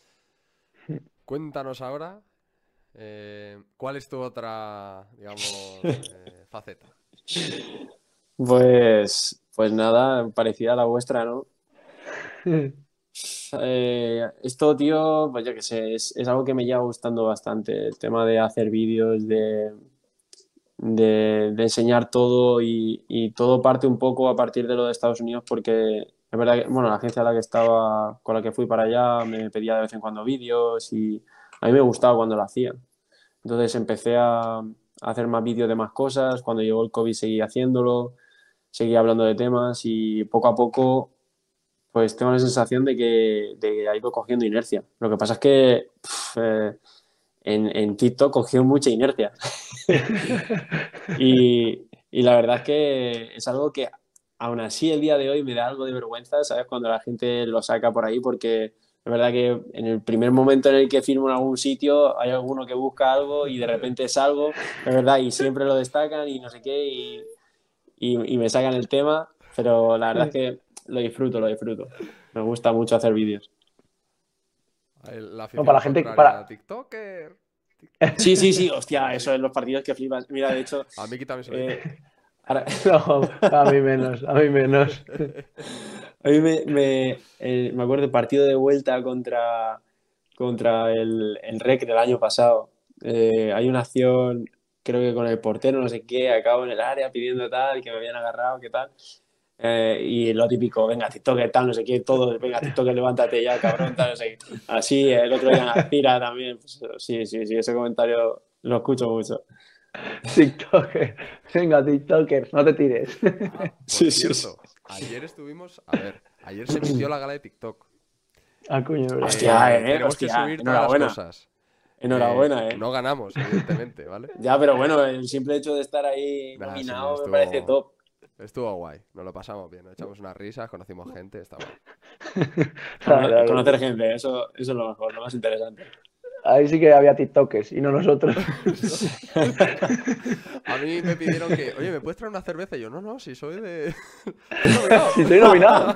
Cuéntanos ahora, eh, ¿cuál es tu otra, digamos, eh, faceta? Pues, pues nada, parecida a la vuestra, ¿no? Eh, esto, tío, pues yo qué sé, es, es algo que me lleva gustando bastante, el tema de hacer vídeos, de, de, de enseñar todo y, y todo parte un poco a partir de lo de Estados Unidos porque es verdad que, bueno, la agencia a la que estaba, con la que fui para allá me pedía de vez en cuando vídeos y a mí me gustaba cuando lo hacían. Entonces empecé a, a hacer más vídeos de más cosas, cuando llegó el COVID seguí haciéndolo, seguí hablando de temas y poco a poco pues tengo la sensación de que, de que ha ido cogiendo inercia. Lo que pasa es que pff, eh, en, en TikTok cogió mucha inercia. Y, y la verdad es que es algo que aún así el día de hoy me da algo de vergüenza, ¿sabes? Cuando la gente lo saca por ahí, porque es verdad que en el primer momento en el que firmo en algún sitio hay alguno que busca algo y de repente salgo, es verdad, y siempre lo destacan y no sé qué, y, y, y me sacan el tema, pero la verdad es que lo disfruto, lo disfruto. Me gusta mucho hacer vídeos. El- La No, para afición la gente, contraria, para. TikToker. Sí, sí, sí, Sí, hostia, sí. eso en los partidos que flipas. Mira, de hecho, A Miki también se lo dicen. eh, ahora, No, a mí menos, a mí menos. a mí me, me, eh, me acuerdo del partido de vuelta contra, contra el, el R E C del año pasado. Eh, hay una acción, creo que con el portero, no sé qué, acabo en el área pidiendo tal, que me habían agarrado, qué tal. Eh, y lo típico, venga, TikToker, tal, no sé qué, todo, venga, TikToker, levántate ya, cabrón, tal, no sé qué. Así, el otro día en Aspira también, pues, sí, sí, sí, ese comentario lo escucho mucho. TikToker. Venga, TikToker, no te tires. Ah, por Sí, sí, sí. cierto, ayer estuvimos, a ver, ayer se emitió la gala de TikTok. Ah, coño, es verdad. Hostia, Eh, eh, tenemos que hostia, subir todas las enhorabuena, cosas. Eh, enhorabuena, eh. no ganamos, evidentemente, ¿vale? Ya, pero bueno, el simple hecho de estar ahí Nah, sí, nominado me parece estuvo, top. estuvo guay. Nos lo pasamos bien, nos echamos unas risas, conocimos gente, está guay. La Cono- verdad que Conocer sí. gente, eso, eso es lo mejor, lo más interesante. Ahí sí que había TikTokers y no nosotros. A mí me pidieron que, oye, ¿me puedes traer una cerveza? Y yo, no, no, si soy de... Estoy nominado. Si estoy nominado.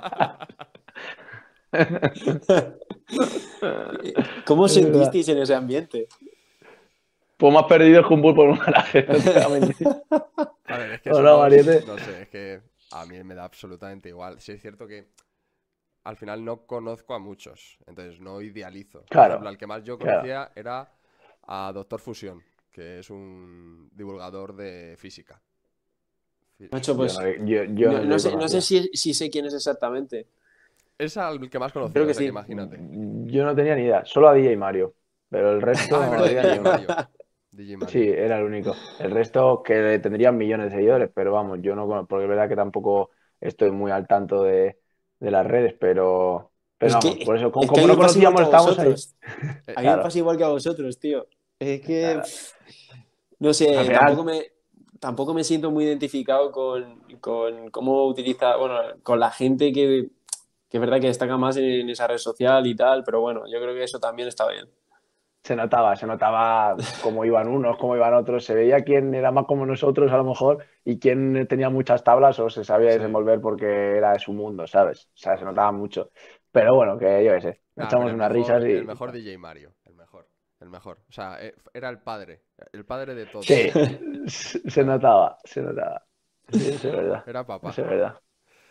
¿Cómo os Es verdad. sentisteis en ese ambiente? Pues más perdido que un pulpo en un garaje, no te voy a mentir. A ver, es que Hola, somos, Mariette. no sé, es que a mí me da absolutamente igual. Sí es cierto que al final no conozco a muchos, entonces no idealizo. Por Claro, ejemplo, al que más yo claro. conocía era a Doctor Fusión, que es un divulgador de física. Fi- Macho, Yo no, pues yo, yo no, no no le sé, no sé conocía. si, si sé quién es exactamente. Es al que más Creo conocía, o que sea que sí. imagínate. Yo no tenía ni idea. Solo a D J Mario. Pero el resto Ah, es no verdad, había ni D J uno. Mario. D J Sí, Mario. era el único. El resto que tendrían millones de seguidores, pero vamos, yo no conozco, porque es verdad que tampoco estoy muy al tanto de, de las redes, pero, pero Pues es vamos, que, por eso, como, es que a como mí no me pasa igual que conocíamos, a estábamos ahí. vosotros. Eh, A mí me Claro, pasa igual que a vosotros, tío. Es que, claro. pff, no Al sé, tampoco final, me, tampoco me siento muy identificado con, con cómo utiliza, bueno, con la gente que, que es verdad que destaca más en esa red social y tal, pero bueno, yo creo que eso también está bien. se notaba, se notaba cómo iban unos, cómo iban otros. Se veía quién era más como nosotros, a lo mejor, y quién tenía muchas tablas o se sabía sí, desenvolver porque era de su mundo, ¿sabes? O sea, se notaba mucho. Pero bueno, que yo qué sé, nada, pero echamos el unas risas mejor, el y. mejor D J Mario. El mejor. El mejor. O sea, eh, era el padre. El padre de todos. Sí, se notaba, se notaba. Sí, eso es verdad. Era papá. Eso es verdad.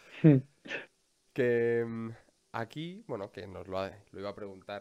Que mm, aquí, bueno, que nos lo, ha- lo iba a preguntar.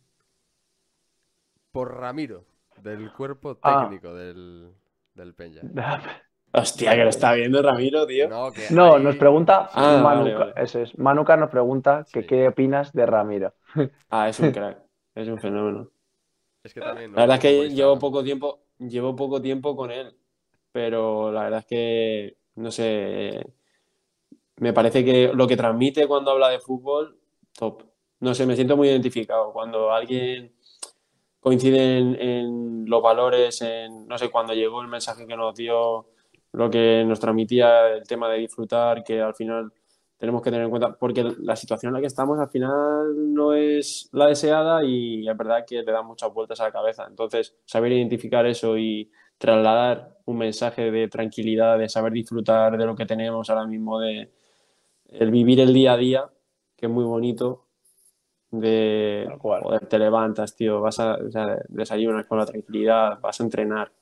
Por Ramiro, del cuerpo Ah, técnico del, del Peña. Hostia, que lo está viendo Ramiro, tío. No, que no, nos hay. pregunta Sí, Ah, vale, Manuca, vale. eso es. Manuca nos pregunta que sí. qué opinas de Ramiro. Ah, es un crack, es un fenómeno. Es que también La nos verdad es vemos por que llevo Instagram. poco tiempo, llevo poco tiempo con él, pero la verdad es que, no sé, me parece que lo que transmite cuando habla de fútbol, top. No sé, me siento muy identificado. Cuando alguien coincide en, en los valores, en, no sé, cuando llegó el mensaje que nos dio, lo que nos transmitía el tema de disfrutar, que al final tenemos que tener en cuenta, porque la situación en la que estamos al final no es la deseada y es verdad que le da muchas vueltas a la cabeza. Entonces, saber identificar eso y trasladar un mensaje de tranquilidad, de saber disfrutar de lo que tenemos ahora mismo, de el vivir el día a día, que es muy bonito, de, Tal cual. joder, te levantas, tío, vas a, o sea, desayunas con la tranquilidad, vas a entrenar.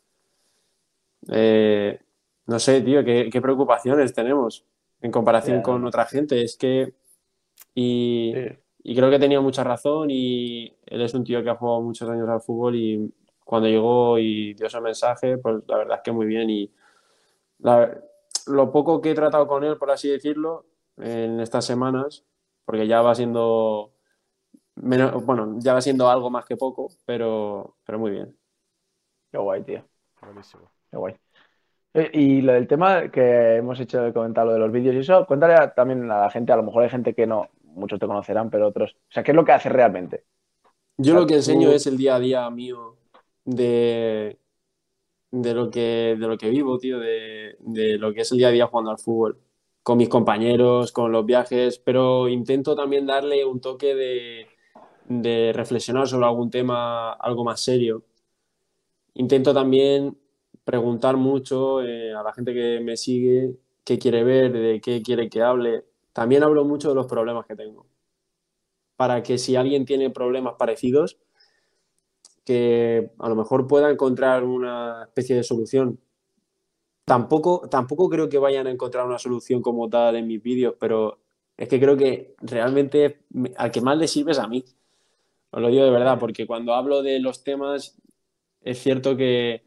Eh, no sé, tío, ¿qué, qué preocupaciones tenemos en comparación Ya, no, con no. otra gente? Es que, y, Sí. y creo que tenía mucha razón y él es un tío que ha jugado muchos años al fútbol y cuando llegó y dio ese mensaje, pues la verdad es que muy bien y la- lo poco que he tratado con él, por así decirlo, en estas semanas, porque ya va siendo menos, bueno, ya va siendo algo más que poco, pero, pero muy bien. Qué guay, tío. Buenísimo. Qué guay. Eh, Y lo del tema que hemos hecho de comentar, lo de los vídeos y eso, cuéntale a- también a la gente, a lo mejor hay gente que no, muchos te conocerán, pero otros. O sea, ¿qué es lo que haces realmente? O Yo lo sea, que enseño tú. es el día a día mío de, de lo que, de lo que vivo, tío, de, de lo que es el día a día jugando al fútbol, con mis compañeros, con los viajes, pero intento también darle un toque de, de reflexionar sobre algún tema, algo más serio. Intento también preguntar mucho eh, a la gente que me sigue qué quiere ver, de qué quiere que hable. También hablo mucho de los problemas que tengo, para que si alguien tiene problemas parecidos, que a lo mejor pueda encontrar una especie de solución. Tampoco, tampoco creo que vayan a encontrar una solución como tal en mis vídeos, pero es que creo que realmente me- al que más le sirve es a mí. Os lo digo de verdad, eh, porque cuando hablo de los temas, es cierto que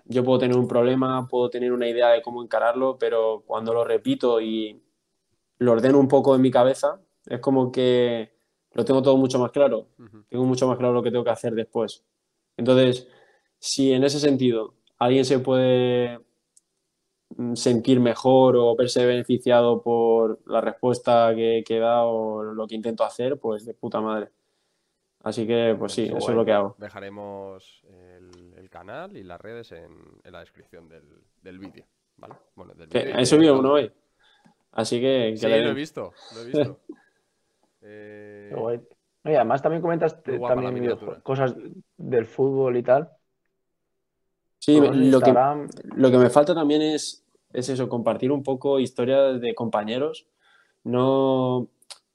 yo puedo tener un problema, puedo tener una idea de cómo encararlo, pero cuando lo repito y lo ordeno un poco en mi cabeza, es como que lo tengo todo mucho más claro. Ujú. Tengo mucho más claro lo que tengo que hacer después. Entonces, si en ese sentido alguien se puede mm, sentir mejor o verse beneficiado por la respuesta que, que da o lo que intento hacer, pues de puta madre. Así que, pues sí, Pues Qué eso es guay. lo que hago. dejaremos el, el canal y las redes en, en la descripción del, del vídeo, ¿vale? Bueno, del Que vídeo y he subido del uno audio. hoy, así que Sí, que le lo he den. visto, lo he visto. Qué Eh, guay. Y además también comentas muy eh, guapa la también videojue- miniatura. cosas del fútbol y tal. Sí, Por lo menos en lo que, Instagram. lo que me falta también es, es eso, compartir un poco historias de compañeros. No,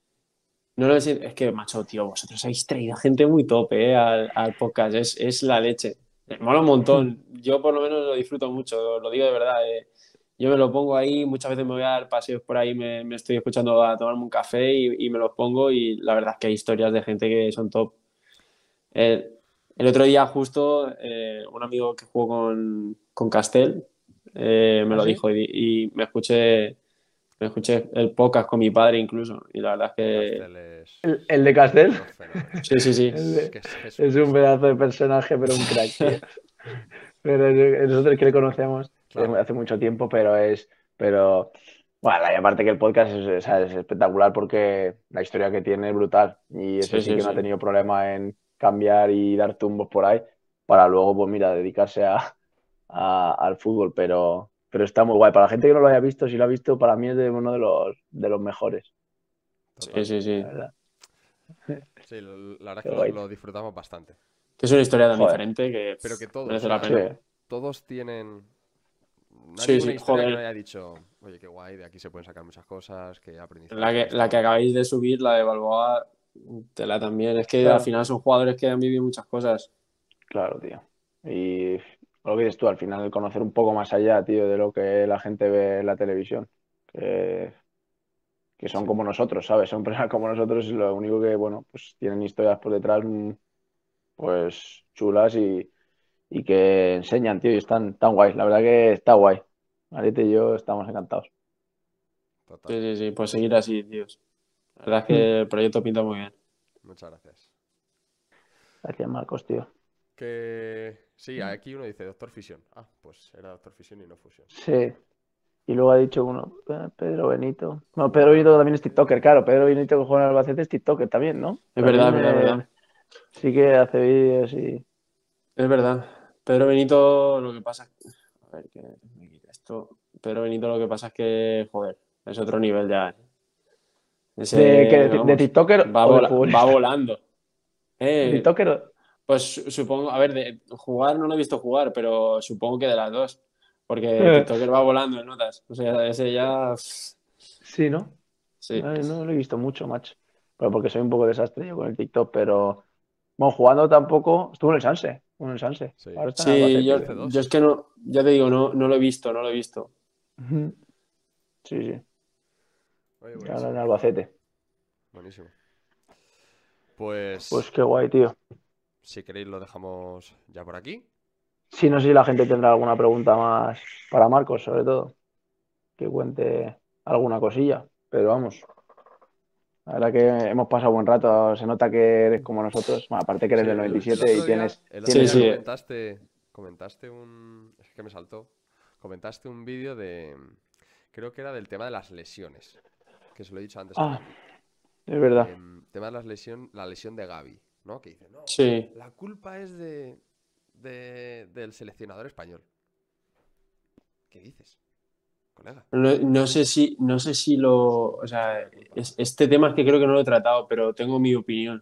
no lo sé, es que, macho, tío, vosotros habéis traído gente muy top, eh, al, al podcast, es, es la leche. Me mola un montón. Yo por lo menos lo disfruto mucho, lo digo de verdad. eh. Yo me lo pongo ahí, muchas veces me voy a dar paseos por ahí, me, me estoy escuchando a tomarme un café y, y me los pongo y la verdad es que hay historias de gente que son top. El, el otro día justo eh, un amigo que jugó con, con Castel eh, me ¿Ah, lo sí? dijo y, y me escuché, me escuché el podcast con mi padre incluso y la verdad es que Castel es El, el de Castel. otro fenómeno. sí, sí, sí. El Es de- que es es un Jesucristo. pedazo de personaje, pero un crack, tío. Pero es- nosotros que le conocemos desde Claro. hace mucho tiempo, pero es, pero, bueno, y aparte que el podcast es, o sea, es espectacular porque la historia que tiene es brutal y ese Sí, sí sí, que no ha sí. tenido problema en cambiar y dar tumbos por ahí para luego, pues mira, dedicarse a, a- al fútbol, pero, pero está muy guay. Para la gente que no lo haya visto, si lo ha visto, para mí es de uno de los, de los mejores, Sí, Total. sí, la sí. verdad. Sí, lo- la verdad es Qué que lo, guay. lo disfrutamos bastante. Que es una historia tan Joder, diferente que Pero pff, que todos, merece o la sea, sí, pena. todos tienen. No hay Sí, ninguna sí, historia que no joder. haya dicho, oye, qué guay, de aquí se pueden sacar muchas cosas, qué La aprendizajes que, en la que esto. acabáis de subir, la de Balboa, tela también. Es que al claro. final son jugadores que han vivido muchas cosas. Claro, tío. Y lo que dices tú, al final, conocer un poco más allá, tío, de lo que la gente ve en la televisión. Que, que son Sí, como nosotros, ¿sabes? Son personas como nosotros y lo único que, bueno, pues tienen historias por detrás, mm, pues chulas y, y que enseñan, tío, y están tan guays. La verdad que está guay. Mariette y yo estamos encantados. total. Sí, sí, sí. Pues seguir así, tíos. La verdad es Mm. que el proyecto pinta muy bien. Muchas gracias. Gracias, Marcos, tío. Que sí, aquí uno dice Doctor Fisión. Ah, pues era Doctor Fisión y no Fusión. Sí. Y luego ha dicho uno, "Eh, Pedro Benito. Bueno, Juega Pedro en Benito también es Albacete. TikToker, claro. Pedro Benito que juega en Albacete es TikToker también, ¿no? Es verdad, es También verdad, es verdad. eh, sí que hace vídeos y... Es verdad. Pedro Benito, lo que pasa es que. A ver, que me quita esto. Pedro Benito, lo que pasa es que, joder, es otro nivel ya. ¿eh? ¿De qué? Ese, ¿De, de vamos, TikToker va, o de vola- va futbolista? volando. ¿De Eh, TikToker? o- pues su- supongo, a ver, de jugar no lo he visto jugar, pero supongo que de las dos. Porque Eh, TikToker va volando en notas. O sea, ese ya. pff, Sí, ¿no? Sí. No, no lo he visto mucho, macho. Pero porque soy un poco desastre yo con el TikTok, pero... Bueno, jugando tampoco... Estuvo en el Sanse, estuvo en el Sanse. Sí. Ahora está en Sí, Albacete, yo, Hace creo. yo es dos. que no, ya te digo, no, no lo he visto, no lo he visto. Ujú. Sí, sí. Oye, Ahora en buenísimo. Albacete. Buenísimo. Pues Pues qué guay, tío. si queréis lo dejamos ya por aquí. Sí, no sé si la gente tendrá alguna pregunta más para Marcos, sobre todo. Que cuente alguna cosilla. Pero vamos, la verdad que hemos pasado buen rato. Se nota que eres como nosotros. Bueno, aparte que eres Sí, del el, el noventa y siete y siete otro y día, tienes, el otro Sí, tienes día sí. un... comentaste, comentaste un, es que me saltó, comentaste un vídeo de, creo que era del tema de las lesiones, que se lo he dicho antes Ah, también. es verdad. Em, tema de las lesión, la lesión de Gavi, ¿no? Que dice, no, Sí. la culpa es de, de- del seleccionador español. ¿Qué dices, colega? No, no sé si, no sé si lo. O ¿Quién tiene sea, la culpa? es- este tema es que creo que no lo he tratado, pero tengo mi opinión.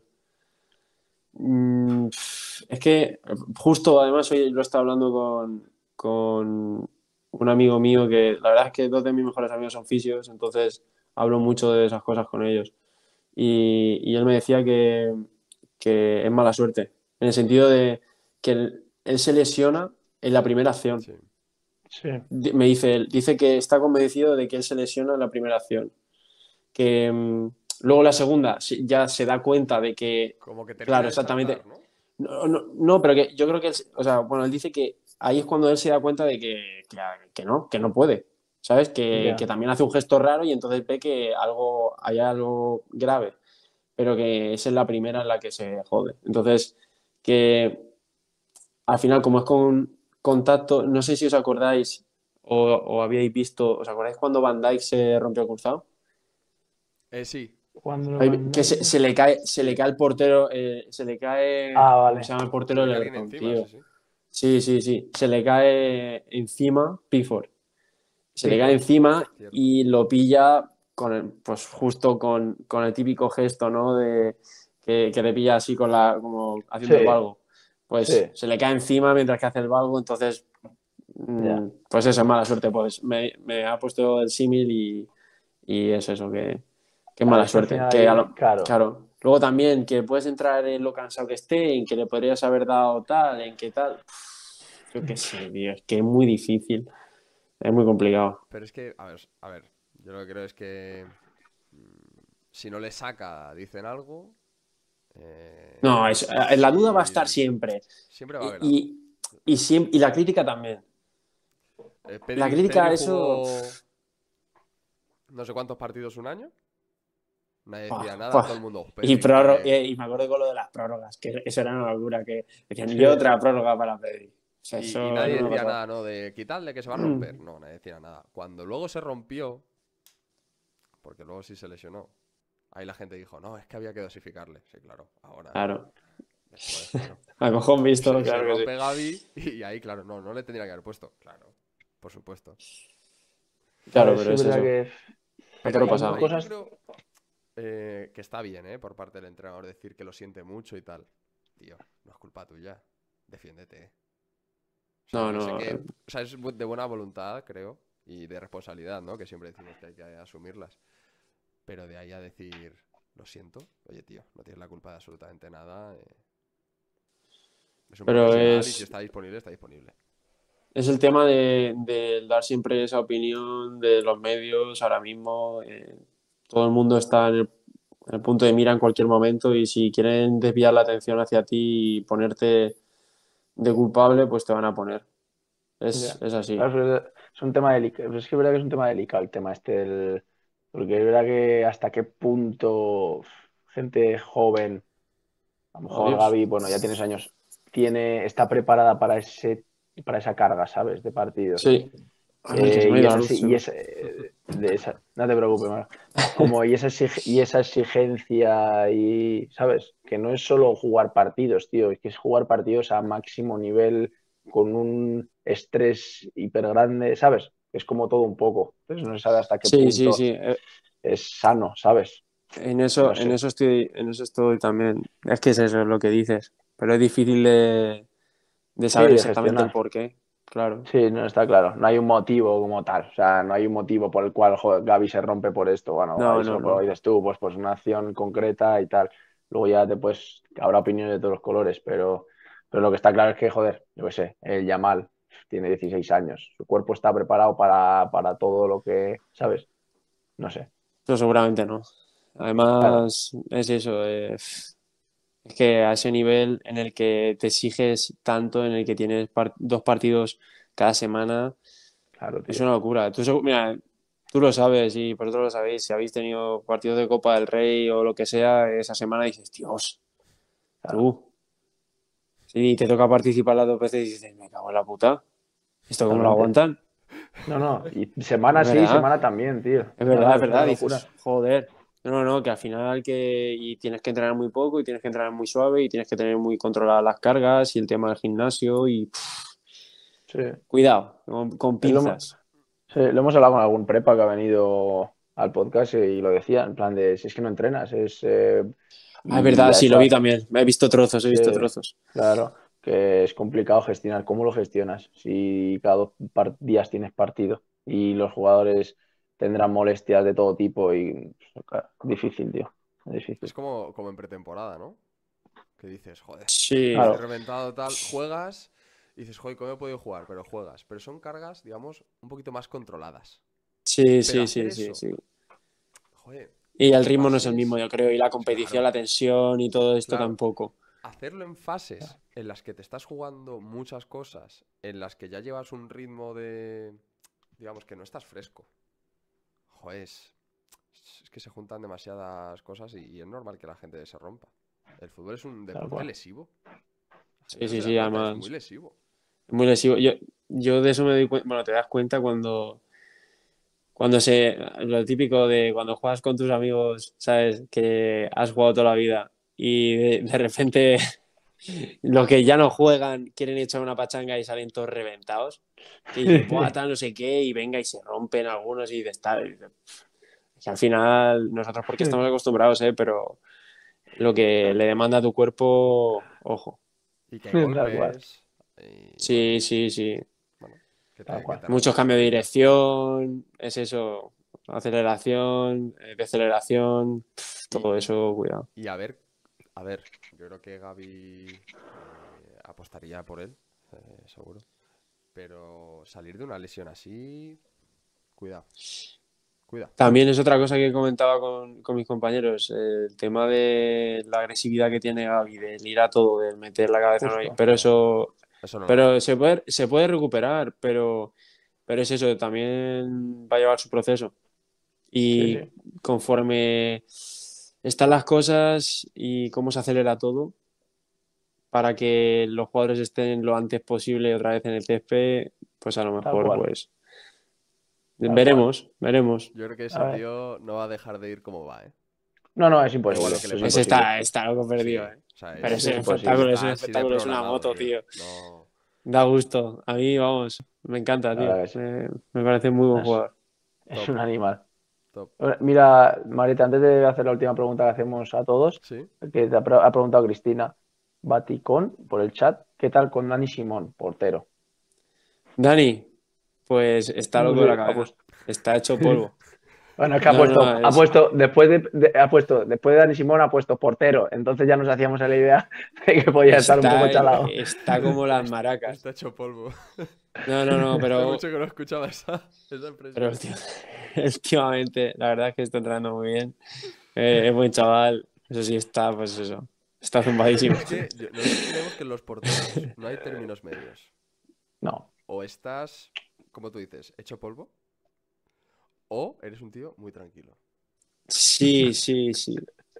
Mm, pf, es que justo, además, hoy lo estaba hablando con, con un amigo mío que la verdad es que dos de mis mejores amigos son fisios, entonces hablo mucho de esas cosas con ellos. Y, y él me decía que, que es mala suerte, en el sentido de que él, él se lesiona en la primera acción. Sí, Sí, Di- Me dice él, dice que está convencido de que él se lesiona en la primera acción. Que mm, luego la segunda sí, ya se da cuenta de que, como que termina claro, de saltar, exactamente. ¿no? No, no, no, pero que yo creo que él, o sea, bueno, él dice que ahí es cuando él se da cuenta de que, que, que no, que no puede, ¿sabes? Que, Ya. que también hace un gesto raro y entonces ve que algo, hay algo grave, pero que esa es la primera en la que se jode. Entonces, que al final, como es con contacto, no sé si os acordáis o, o habíais visto, ¿os acordáis cuando Van Dijk se rompió el cruzado? Eh, sí, Cuando lo Hay- Que se, mandáis. se le cae, se le sí. cae el portero, eh, se le cae, Ah, ¿cómo vale. se llama el Se portero le del cae alguien Everton, encima, tío? sí, sí. Sí, sí, sí. Se le cae encima Pickford. Se le cae Pickford. encima Cierto. y lo pilla con el, pues justo con, con el típico gesto, ¿no? De que, que le pilla así con la, como haciendo el Sí, valgo. Pues sí, se le cae encima mientras que hace el valgo, entonces, mm, ya. pues eso es mala suerte. Pues me, me ha puesto el símil y, y es eso, que, que es Claro, mala es que al suerte. final Que a ahí, lo- claro. claro. Luego también que puedes entrar en lo cansado que esté, en que le podrías haber dado tal, en que tal. Yo qué sé, tío, es que es muy difícil, es muy complicado. Pero es que, a ver, a ver, yo lo que creo es que mm, si no le saca, dicen algo. No, eh, es, eh, la duda va a estar si siempre. siempre va a Y, haber algo. y, y, siem- y la crítica también. Eh, La Pedri, crítica, Pedri eso. jugó no sé cuántos partidos un año. Nadie Pua, decía nada, pua. todo el mundo. Y, Pedri prórro- que. y, y me acuerdo con lo de las prórrogas, que eso era una locura, que decían, Sí, y otra prórroga para Pedri. O sea, Y, y eso nadie no me decía pasó. nada, ¿no? De quitarle que se va a romper. No, nadie decía nada. Cuando luego se rompió, porque luego sí se lesionó, ahí la gente dijo, no, es que había que dosificarle. Sí, claro, ahora, Claro. después, claro. A cojón visto, Se, se claro que sí. rompe Gaby y ahí, claro, no, no le tendría que haber puesto. Claro, por supuesto. claro, Claro, es pero que es es verdad eso. que Hace Pero lo ahí, hay pasado. ahí yo cosas. creo eh, que está bien, ¿eh? Por parte del entrenador decir que lo siente mucho y tal. Tío, no es culpa tuya. Defiéndete. O sea, No, yo sé no. que. eh, O sea, es bu- de buena voluntad, creo. Y de responsabilidad, ¿no? Que siempre decimos que hay que asumirlas. Pero de ahí a decir, lo siento. Oye, tío, no tienes la culpa de absolutamente nada. eh, Es un Pero profesional y si es. está disponible, está disponible. Es el tema de, de dar siempre esa opinión de los medios ahora mismo. eh, todo el mundo está en el, en el punto de mira en cualquier momento y si quieren desviar la atención hacia ti y ponerte de culpable, pues te van a poner. Es, Ya. es así. Claro, es es un tema delicado. Es que es verdad que es un tema delicado el tema este del. Porque es verdad que hasta qué punto gente joven, a lo mejor Adiós. Gaby, bueno, ya tienes años, tiene, está preparada para ese, para esa carga, ¿sabes? De partidos. Sí. A ver, que se Eh, me ha y ido la esa, luz. sí- se y me- esa, eh, de esa, no te preocupes, Mar. Como y esa, exig- y esa exigencia y, ¿sabes? Que no es solo jugar partidos, tío, es que es jugar partidos a máximo nivel con un estrés hiper grande, ¿sabes? Es como todo un poco. Entonces no se sabe hasta qué Sí, sí, punto sí. eh, es sano, ¿sabes? En No eso, en sé. eso estoy, en eso estoy también. Es que es eso, es lo que dices. Pero es difícil de, de Sí, saber de exactamente el gestionar. por qué. Claro. Sí, no está claro. No hay un motivo como tal. O sea, no hay un motivo por el cual joder, Gaby se rompe por esto. Bueno, No, Gaby se no, rompe, como no. dices tú, pues, pues una acción concreta y tal. Luego ya después habrá opiniones de todos los colores, pero, pero lo que está claro es que, joder, yo qué sé, el Yamal tiene dieciséis años. Su cuerpo está preparado para, para todo lo que, ¿sabes? No sé. Eso seguramente no. Claro, Además, es eso. eh, es que a ese nivel en el que te exiges tanto, en el que tienes par- dos partidos cada semana, claro, es tío. una locura. Tú, segu- mira, tú lo sabes y vosotros lo sabéis. Si habéis tenido partidos de Copa del Rey o lo que sea, esa semana dices, Dios, Claro. tú. Sí, te toca participar las dos veces y dices, me cago en la puta. ¿Esto cómo lo Totalmente. aguantan? No, no. Y Es semana sí, verdad, semana también, tío. es No, verdad, no, es es una verdad. locura. Dices, joder. No, no, no, que al final que y tienes que entrenar muy poco y tienes que entrenar muy suave y tienes que tener muy controladas las cargas y el tema del gimnasio y pff, Sí. cuidado, con, con Es lo, pinzas. Sí, lo hemos hablado con algún prepa que ha venido al podcast y lo decía, en plan de, si es que no entrenas, es... eh, Ah, es y verdad, a sí, eso lo vi hace, también. He visto trozos, he sí, visto trozos. claro, que es complicado gestionar. ¿Cómo lo gestionas? Si cada dos par- días tienes partido y los jugadores tendrán molestias de todo tipo y claro, difícil, tío, Es difícil. como, como en pretemporada, ¿no? Que dices, joder, Sí, estoy Claro, reventado, tal. Juegas y dices, joder, ¿cómo he podido jugar? Pero juegas. Pero son cargas, digamos, un poquito más controladas. sí, Pero sí, hacer sí, sí, eso, sí. joder, Y el hacer ritmo no es el mismo, bases, yo creo, y la competición, claro, la tensión y todo esto claro. tampoco. hacerlo en fases en las que te estás jugando muchas cosas, en las que ya llevas un ritmo de... digamos que no estás fresco. Joder, es, es que se juntan demasiadas cosas y, y es normal que la gente se rompa. El fútbol es un Tal deporte cual. lesivo. Sí, No sí, se sí, da cuenta, es además, muy lesivo. muy lesivo. Yo, yo de eso me doy cuenta, bueno, te das cuenta cuando, cuando se, lo típico de cuando juegas con tus amigos, ¿sabes? Que has jugado toda la vida y de, de repente los que ya no juegan quieren echar una pachanga y salen todos reventados. Que dices, buah, tal, no sé qué, y venga y se rompen algunos y dices, tal. Y dices, que al final, nosotros porque estamos acostumbrados, ¿eh? Pero lo que le demanda a tu cuerpo, ojo. Y que hay Tal cual, golpes. Y bueno, Sí, sí, sí. bueno, que tal te, que cual. te Muchos rompes la cambios de rodilla. dirección, es eso, aceleración, eh, deceleración, pf, Y, todo eso, cuidado. y a ver, a ver, yo creo que Gaby eh, apostaría por él, eh, seguro. Pero salir de una lesión así, cuidado, cuidado. También es otra cosa que comentaba con, con mis compañeros, eh, el tema de la agresividad que tiene Gaby, del ir a todo, del meter la cabeza en ahí, Justo. pero eso, Eso no lo pero hace. se puede, se puede recuperar, pero, pero es eso, también va a llevar su proceso. Sí, Y sí. conforme están las cosas y cómo se acelera todo, para que los jugadores estén lo antes posible otra vez en el césped, pues a lo Tal mejor, cual. pues Tal cual. veremos, veremos. Yo creo que A ese ver. tío no va a dejar de ir como va, ¿eh? No, no, es Da igual imposible. lo que le Eso es Ese pase. imposible. está, está loco perdido, Sí, ¿eh? o sea, Pero es, es Eso es un imposible. espectáculo, es un está así de espectáculo, es una programado, moto, tío. tío. No. Da gusto. A mí, vamos, me encanta, La tío. verdad que sí. Me, me parece muy buen Es, jugador. es Top, un animal. top. Ahora, mira, Marita, antes de hacer la última pregunta que hacemos a todos, Sí. que te ha, pre- ha preguntado Cristina Baticón por el chat, ¿qué tal con Dani Simón, portero? Dani, pues está No loco de sé, la ha cabeza. puesto. Está hecho polvo. Bueno, es que ha No, puesto, no, ha es. puesto, después de, de- ha puesto, después de Dani Simón ha puesto portero, entonces ya nos hacíamos a la idea de que podía estar un poco Está, chalado. está como las Es- maracas. Está hecho polvo. No, no, no, Hace pero mucho que no escuchaba esa, esa Pero expresión. últim- últimamente, la verdad es que está entrando muy bien. Eh, es buen chaval. Eso sí, está, pues eso. Está zumbadísimo. Es que yo- nosotros creemos que en los porteros no hay términos medios. No, O estás, como tú dices, hecho polvo, o eres un tío muy tranquilo. Sí, sí, sí.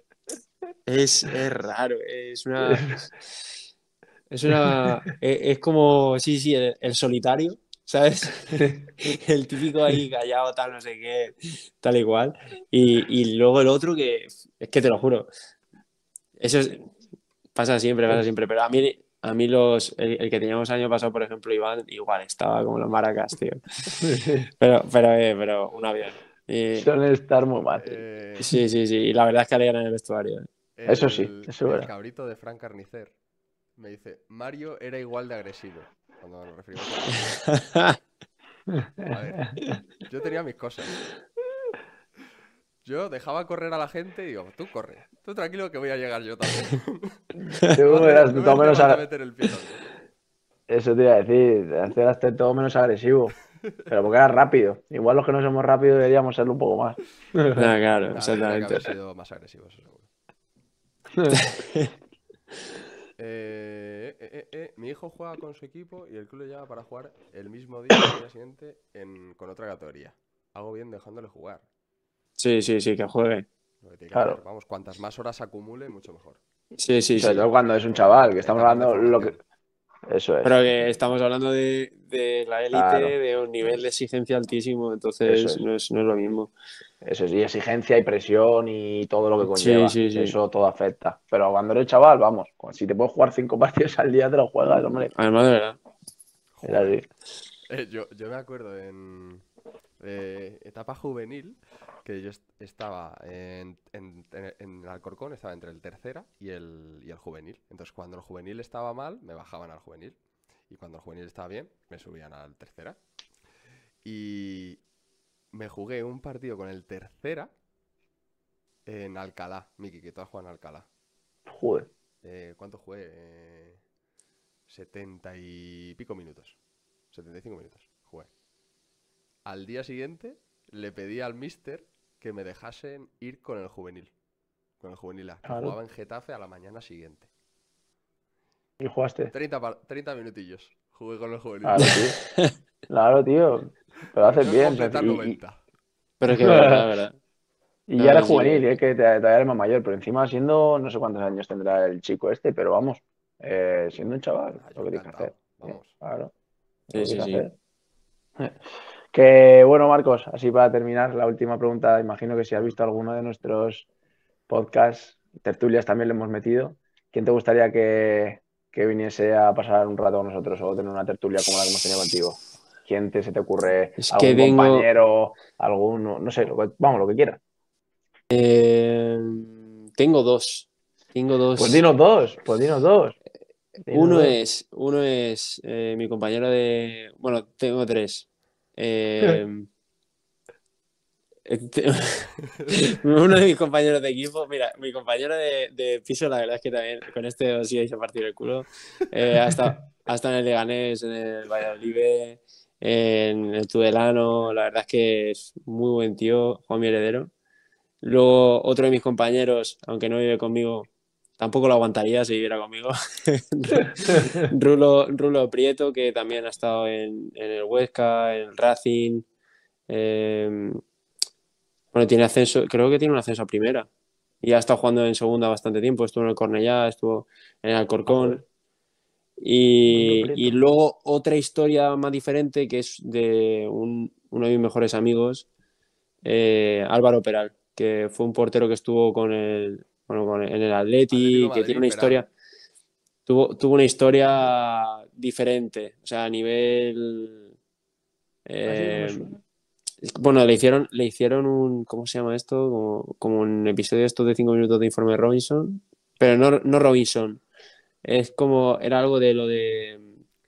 Es, es raro. Es una. Es, es una. Es, es como. Sí, sí, el, el solitario. ¿Sabes? El típico ahí callado, tal, no sé qué, tal y cual. Y, y luego el otro que. Es que te lo juro. Eso es, pasa siempre, pasa es, siempre. Pero a mí, a mí los, el, el que teníamos el año pasado, por ejemplo, Iván, igual estaba como los maracas, tío. Pero, pero, eh, pero un avión. Y, suelen estar muy mal. Eh, sí, sí, sí. Y la verdad es que alegran el vestuario. eh. Eso sí, el, eso es el verdad. cabrito de Frank Carnicer me dice, Mario era igual de agresivo. Cuando nos referimos a Mario. A ver, yo tenía mis cosas. Yo dejaba correr a la gente y digo, tú corre. Tú tranquilo que voy a llegar yo también. No me Tú hace, eras no me todo hacía menos, falta ag- meter el pie tanto. eso te iba a decir, antes eras todo menos agresivo, pero porque eras rápido. Igual los que no somos rápidos deberíamos serlo un poco más. Nada, claro, Nada, tendría que haber exactamente. sido más agresivo, eso seguro. Eh, eh, eh, eh, Mi hijo juega con su equipo y el club le llama para jugar el mismo día o al día siguiente en- con otra categoría. Hago bien dejándole jugar. Sí, sí, sí, que juegue. Lo que tiene que hacer, Claro, vamos, cuantas más horas acumule, mucho mejor. Sí, sí, sobre sí. todo cuando es un chaval, que Por estamos etapas de hablando lo que... formación. Eso es, Pero que estamos hablando de, de la élite, claro, de un nivel de exigencia altísimo, eso entonces es. no es, no es lo mismo. Eso es, y exigencia y presión y todo lo que Sí, conlleva. sí, sí. Eso todo afecta. Pero cuando eres chaval, vamos, si te puedes jugar cinco partidos al día, te lo juegas, hombre. Además, de verdad. Es Joder. así. Eh, yo, yo me acuerdo en eh, etapa juvenil que yo est- estaba en, en, en- en el Alcorcón, estaba entre el tercera y el, y el juvenil. Entonces, cuando el juvenil estaba mal, me bajaban al juvenil. Y cuando el juvenil estaba bien, me subían al tercera. Y me jugué un partido con el tercera en Alcalá. Miki, que tú has jugado en Alcalá. Joder. Eh, ¿cuánto jugué? Eh, setenta y pico minutos. setenta y cinco minutos jugué. Al día siguiente le pedí al mister que me dejasen ir con el juvenil. Con el juvenil A, que Claro. jugaba en Getafe a la mañana siguiente. ¿Y jugaste? treinta, par- treinta minutillos. Jugué con los Claro, juveniles. tío. Claro, tío. Pero haces No bien. completar Y, y, noventa. Pero es que es verdad, verdad. y ya No, eres sí, juvenil, y eh. es que te- todavía eres más mayor, pero encima siendo, no sé cuántos años tendrá el chico este, pero vamos, eh, siendo un chaval, Ah, lo yo que tienes que hacer. encantado. ¿Eh? Vamos. Claro, lo Sí, que sí, tienes que sí. hacer. Que bueno, Marcos, así para terminar, la última pregunta, imagino que si has visto alguno de nuestros podcasts, tertulias también le hemos metido, ¿quién te gustaría que, que viniese a pasar un rato con nosotros o tener una tertulia como la que hemos tenido contigo? ¿Quién te, se te ocurre? Es que ¿Algún tengo. compañero? ¿Algún, no sé, lo que- vamos, lo que quieras? eh, tengo dos. Tengo Pues dos. dinos dos, pues dinos dos, dinos Uno dos. es, uno es eh, mi compañero de. Bueno, tengo tres. Eh, eh, te- Uno de mis compañeros de equipo, mira, mi compañero de, de piso, la verdad es que también con este os ibais a partir el culo. Eh, hasta, hasta en el Leganés, en el Valladolid, en el Tudelano, la verdad es que es muy buen tío, Juan mi heredero. Luego, otro de mis compañeros, aunque no vive conmigo, tampoco lo aguantaría si viviera conmigo. Rulo, Rulo Prieto, que también ha estado en, en el Huesca, en el Racing. eh, bueno, tiene ascenso, creo que tiene un ascenso a primera. Y ha estado jugando en segunda bastante tiempo. Estuvo en el Cornellá, estuvo en el Alcorcón. Joder, Rulo Y, y Prieto. luego otra historia más diferente que es de un- uno de mis mejores amigos, eh, Álvaro Peral, que fue un portero que estuvo con el, bueno, con el- en el Atlético de Atleti, que tiene Madrid, una Peral. historia, tuvo, tuvo una historia diferente. O sea, a nivel. Así no me eh, suena. Bueno, le hicieron, le hicieron un, ¿cómo se llama esto? Como, como un episodio de estos de cinco minutos de informe Robinson, pero no, no Robinson. Es como, era algo de lo de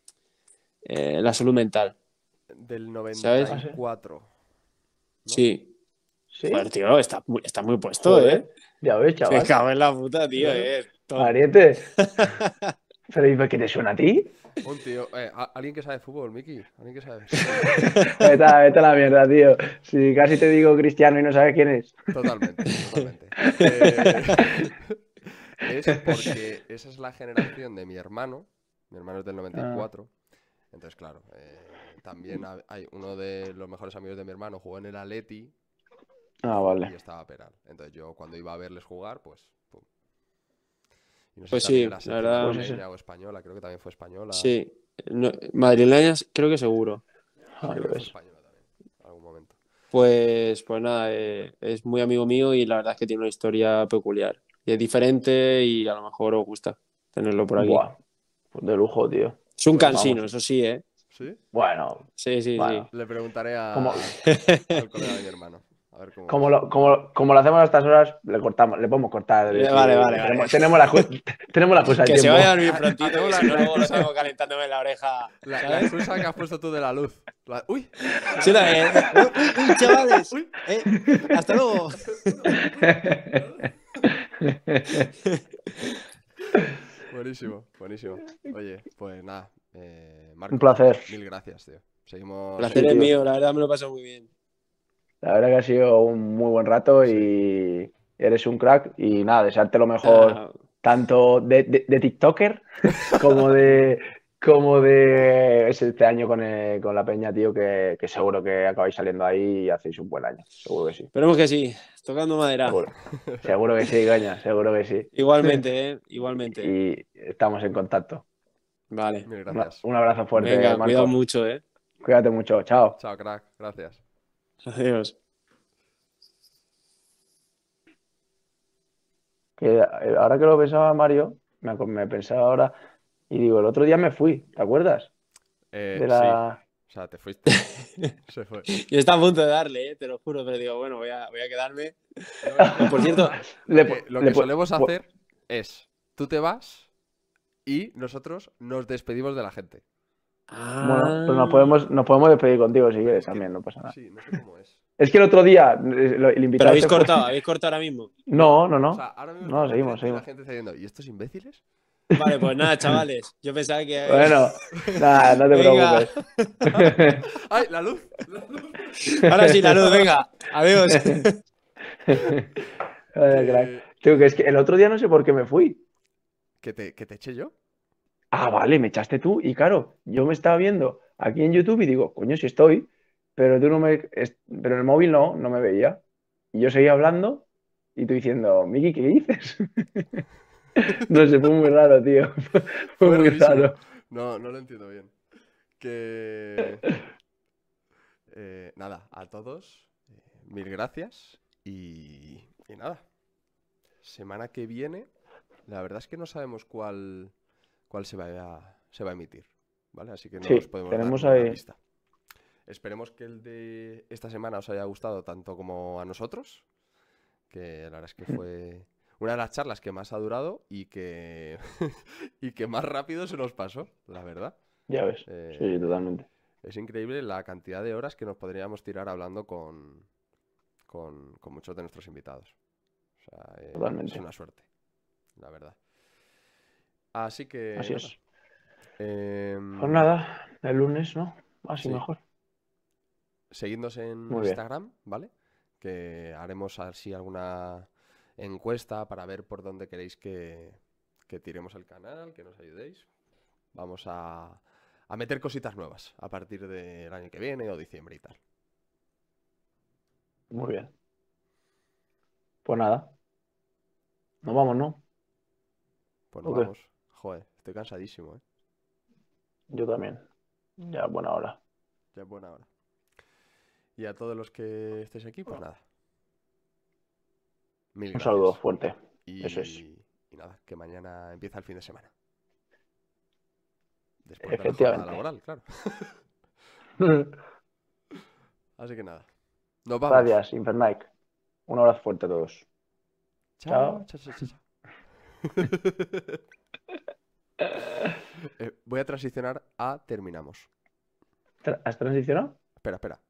eh, la salud mental, Del ¿sabes? Ah, sí. noventa y cuatro, ¿no? Sí. Joder, ¿Sí? tío, está muy, está muy puesto, ¿eh? Joder, ya ves, Me chaval. cago en la puta, tío, Bueno, eh. Top. Ariete, pero ¿y por qué te suena a ti? Un tío. Eh, ¿a- ¿alguien que sabe fútbol, Miki? ¿Alguien que sabe? Vete a, vete a la mierda, tío. Si casi te digo Cristiano y no sabes quién es. Totalmente, totalmente. Eh, Es porque esa es la generación de mi hermano. Mi hermano es del noventa y Ah, cuatro. Entonces, claro, eh, también ha- hay uno de los mejores amigos de mi hermano, jugó en el Atleti ah, y vale. estaba Peral. Entonces yo cuando iba a verles jugar, pues... pum. Y no sé si Pues también sí, era la selección verdad, Pues ese. madrileña o española, creo que también fue española. sí. No, madrileñas, creo que seguro. Y Ah, creo ya que fue ves. española también, en algún momento. Pues, pues nada, eh, es muy amigo mío y la verdad es que tiene una historia peculiar. Y es diferente y a lo mejor os gusta tenerlo por aquí. Buah, pues de lujo, tío. Es un Pues, Vamos. cansino, eso sí, ¿eh? ¿sí? Bueno, Sí, sí, sí. bueno. Le preguntaré Como, a- al colega de mi hermano. A ver cómo como es. lo, como, como lo hacemos a estas horas, le cortamos, le podemos cortar. Es Vale, decir, vale, vale. tenemos, tenemos la, ju- tenemos la excusa de Que se tiempo. vaya a dormir Ha- prontito, hacemos que la, si no la luego lo excusa, tengo calentándome en la oreja, la, la ¿sabes? excusa que has puesto tú de la luz. La- ¡Uy! Sí, también. Uy, uy, chavales. ¡Uy! Eh, hasta luego. Buenísimo, buenísimo. Oye, pues nada, eh, Un Marcos, placer. mil gracias, tío. Seguimos. Placer Sí, es tío. mío, la verdad me lo he pasado muy bien. La verdad que ha sido un muy buen rato Sí. y eres un crack. Y nada, desearte lo mejor Ah, tanto de, de- de TikToker como de como de este año con, eh, con la peña, tío, que, que seguro que acabáis saliendo ahí y hacéis un buen año. Seguro que sí. esperemos que sí. Tocando madera. Seguro. Seguro que sí, Gaña, seguro que sí. Igualmente, ¿eh? Igualmente. Y estamos en contacto. Vale. Mil Una- gracias. un abrazo fuerte, Venga, cuidado Marcos. mucho, ¿eh? Cuídate mucho. Chao. Chao, crack. Gracias. Adiós. Que eh, ahora que lo pensaba Mario, me, ac- me pensaba ahora y digo, el otro día me fui, ¿te acuerdas? Eh, De sí, la... o sea, te fuiste. Se fue. Yo estaba a punto de darle, ¿eh? Te lo juro, pero digo, bueno, voy a, voy a quedarme. No, no, Por cierto, ahora lo Le que, pu- lo le que pu- solemos pu- hacer es, tú te vas y nosotros nos despedimos de la gente. Bueno, pues nos ah, podemos, nos podemos despedir contigo si Pero quieres es que, también, no pasa nada. sí, no sé cómo es. Es que el otro día eh, lo- el pero invitado habéis se fue. cortado, habéis cortado ahora mismo. No, no, O no. sea, ahora mismo No, estamos en seguimos, directo y la seguimos. gente está diciendo, ¿y estos imbéciles? Vale, pues nada, chavales. Yo pensaba que. Bueno, nada, no te Venga. preocupes. ¡Ay, la luz! ¡La luz! Ahora sí, la luz, venga. Adiós. Joder, crack. Que, Tío, que es que el otro día no sé por qué me fui. que te, que te eché yo. ah, vale, me echaste tú. Y claro, yo me estaba viendo aquí en YouTube y digo, coño, si estoy, pero tú no me, es- pero en el móvil no, no me veía. Y yo seguía hablando y tú diciendo, Miki, ¿qué dices? No sé, fue muy raro, tío. Fue Fue muy rarísimo. raro. No, no lo entiendo bien. Que... eh, nada, a todos, eh, mil gracias. Y, y nada, semana que viene, la verdad es que no sabemos cuál, cuál se va a, se va a emitir, ¿vale? Así que no os Sí, podemos dar tenemos ninguna ahí. pista. Esperemos que el de esta semana os haya gustado tanto como a nosotros, que la verdad es que fue una de las charlas que más ha durado y que, y que más rápido se nos pasó, la verdad. Ya ves. Sí, Eh, totalmente. es increíble la cantidad de horas que nos podríamos tirar hablando con, con, con muchos de nuestros invitados. O sea, eh, es Totalmente. una suerte, la verdad. Así que Así nada. es. Pues Em, nada, el lunes, ¿no? Así sí, mejor. seguidnos en Muy bien. Instagram, ¿vale? Que haremos así alguna encuesta para ver por dónde queréis que, que tiremos el canal, que nos ayudéis. Vamos a, a meter cositas nuevas a partir del año que viene o diciembre y tal. Muy bien. Pues nada, nos vamos, ¿no? Pues nos ¿O qué? vamos. Joder, estoy cansadísimo, ¿eh? Yo también. Ya, buena hora. Ya es buena hora. Y a todos los que estéis aquí, pues nada. Mil Un saludo gracias. fuerte. Eso es. Y, y nada, que mañana empieza el fin de semana. Después de la jornada Efectivamente. laboral, claro. Así que nada. Nos vamos. Gracias, Infernike. Un abrazo fuerte a todos. Chao, Chao. chao, chao, chao. chao. Eh, voy a transicionar a terminamos. ¿Has transicionado? Espera, espera.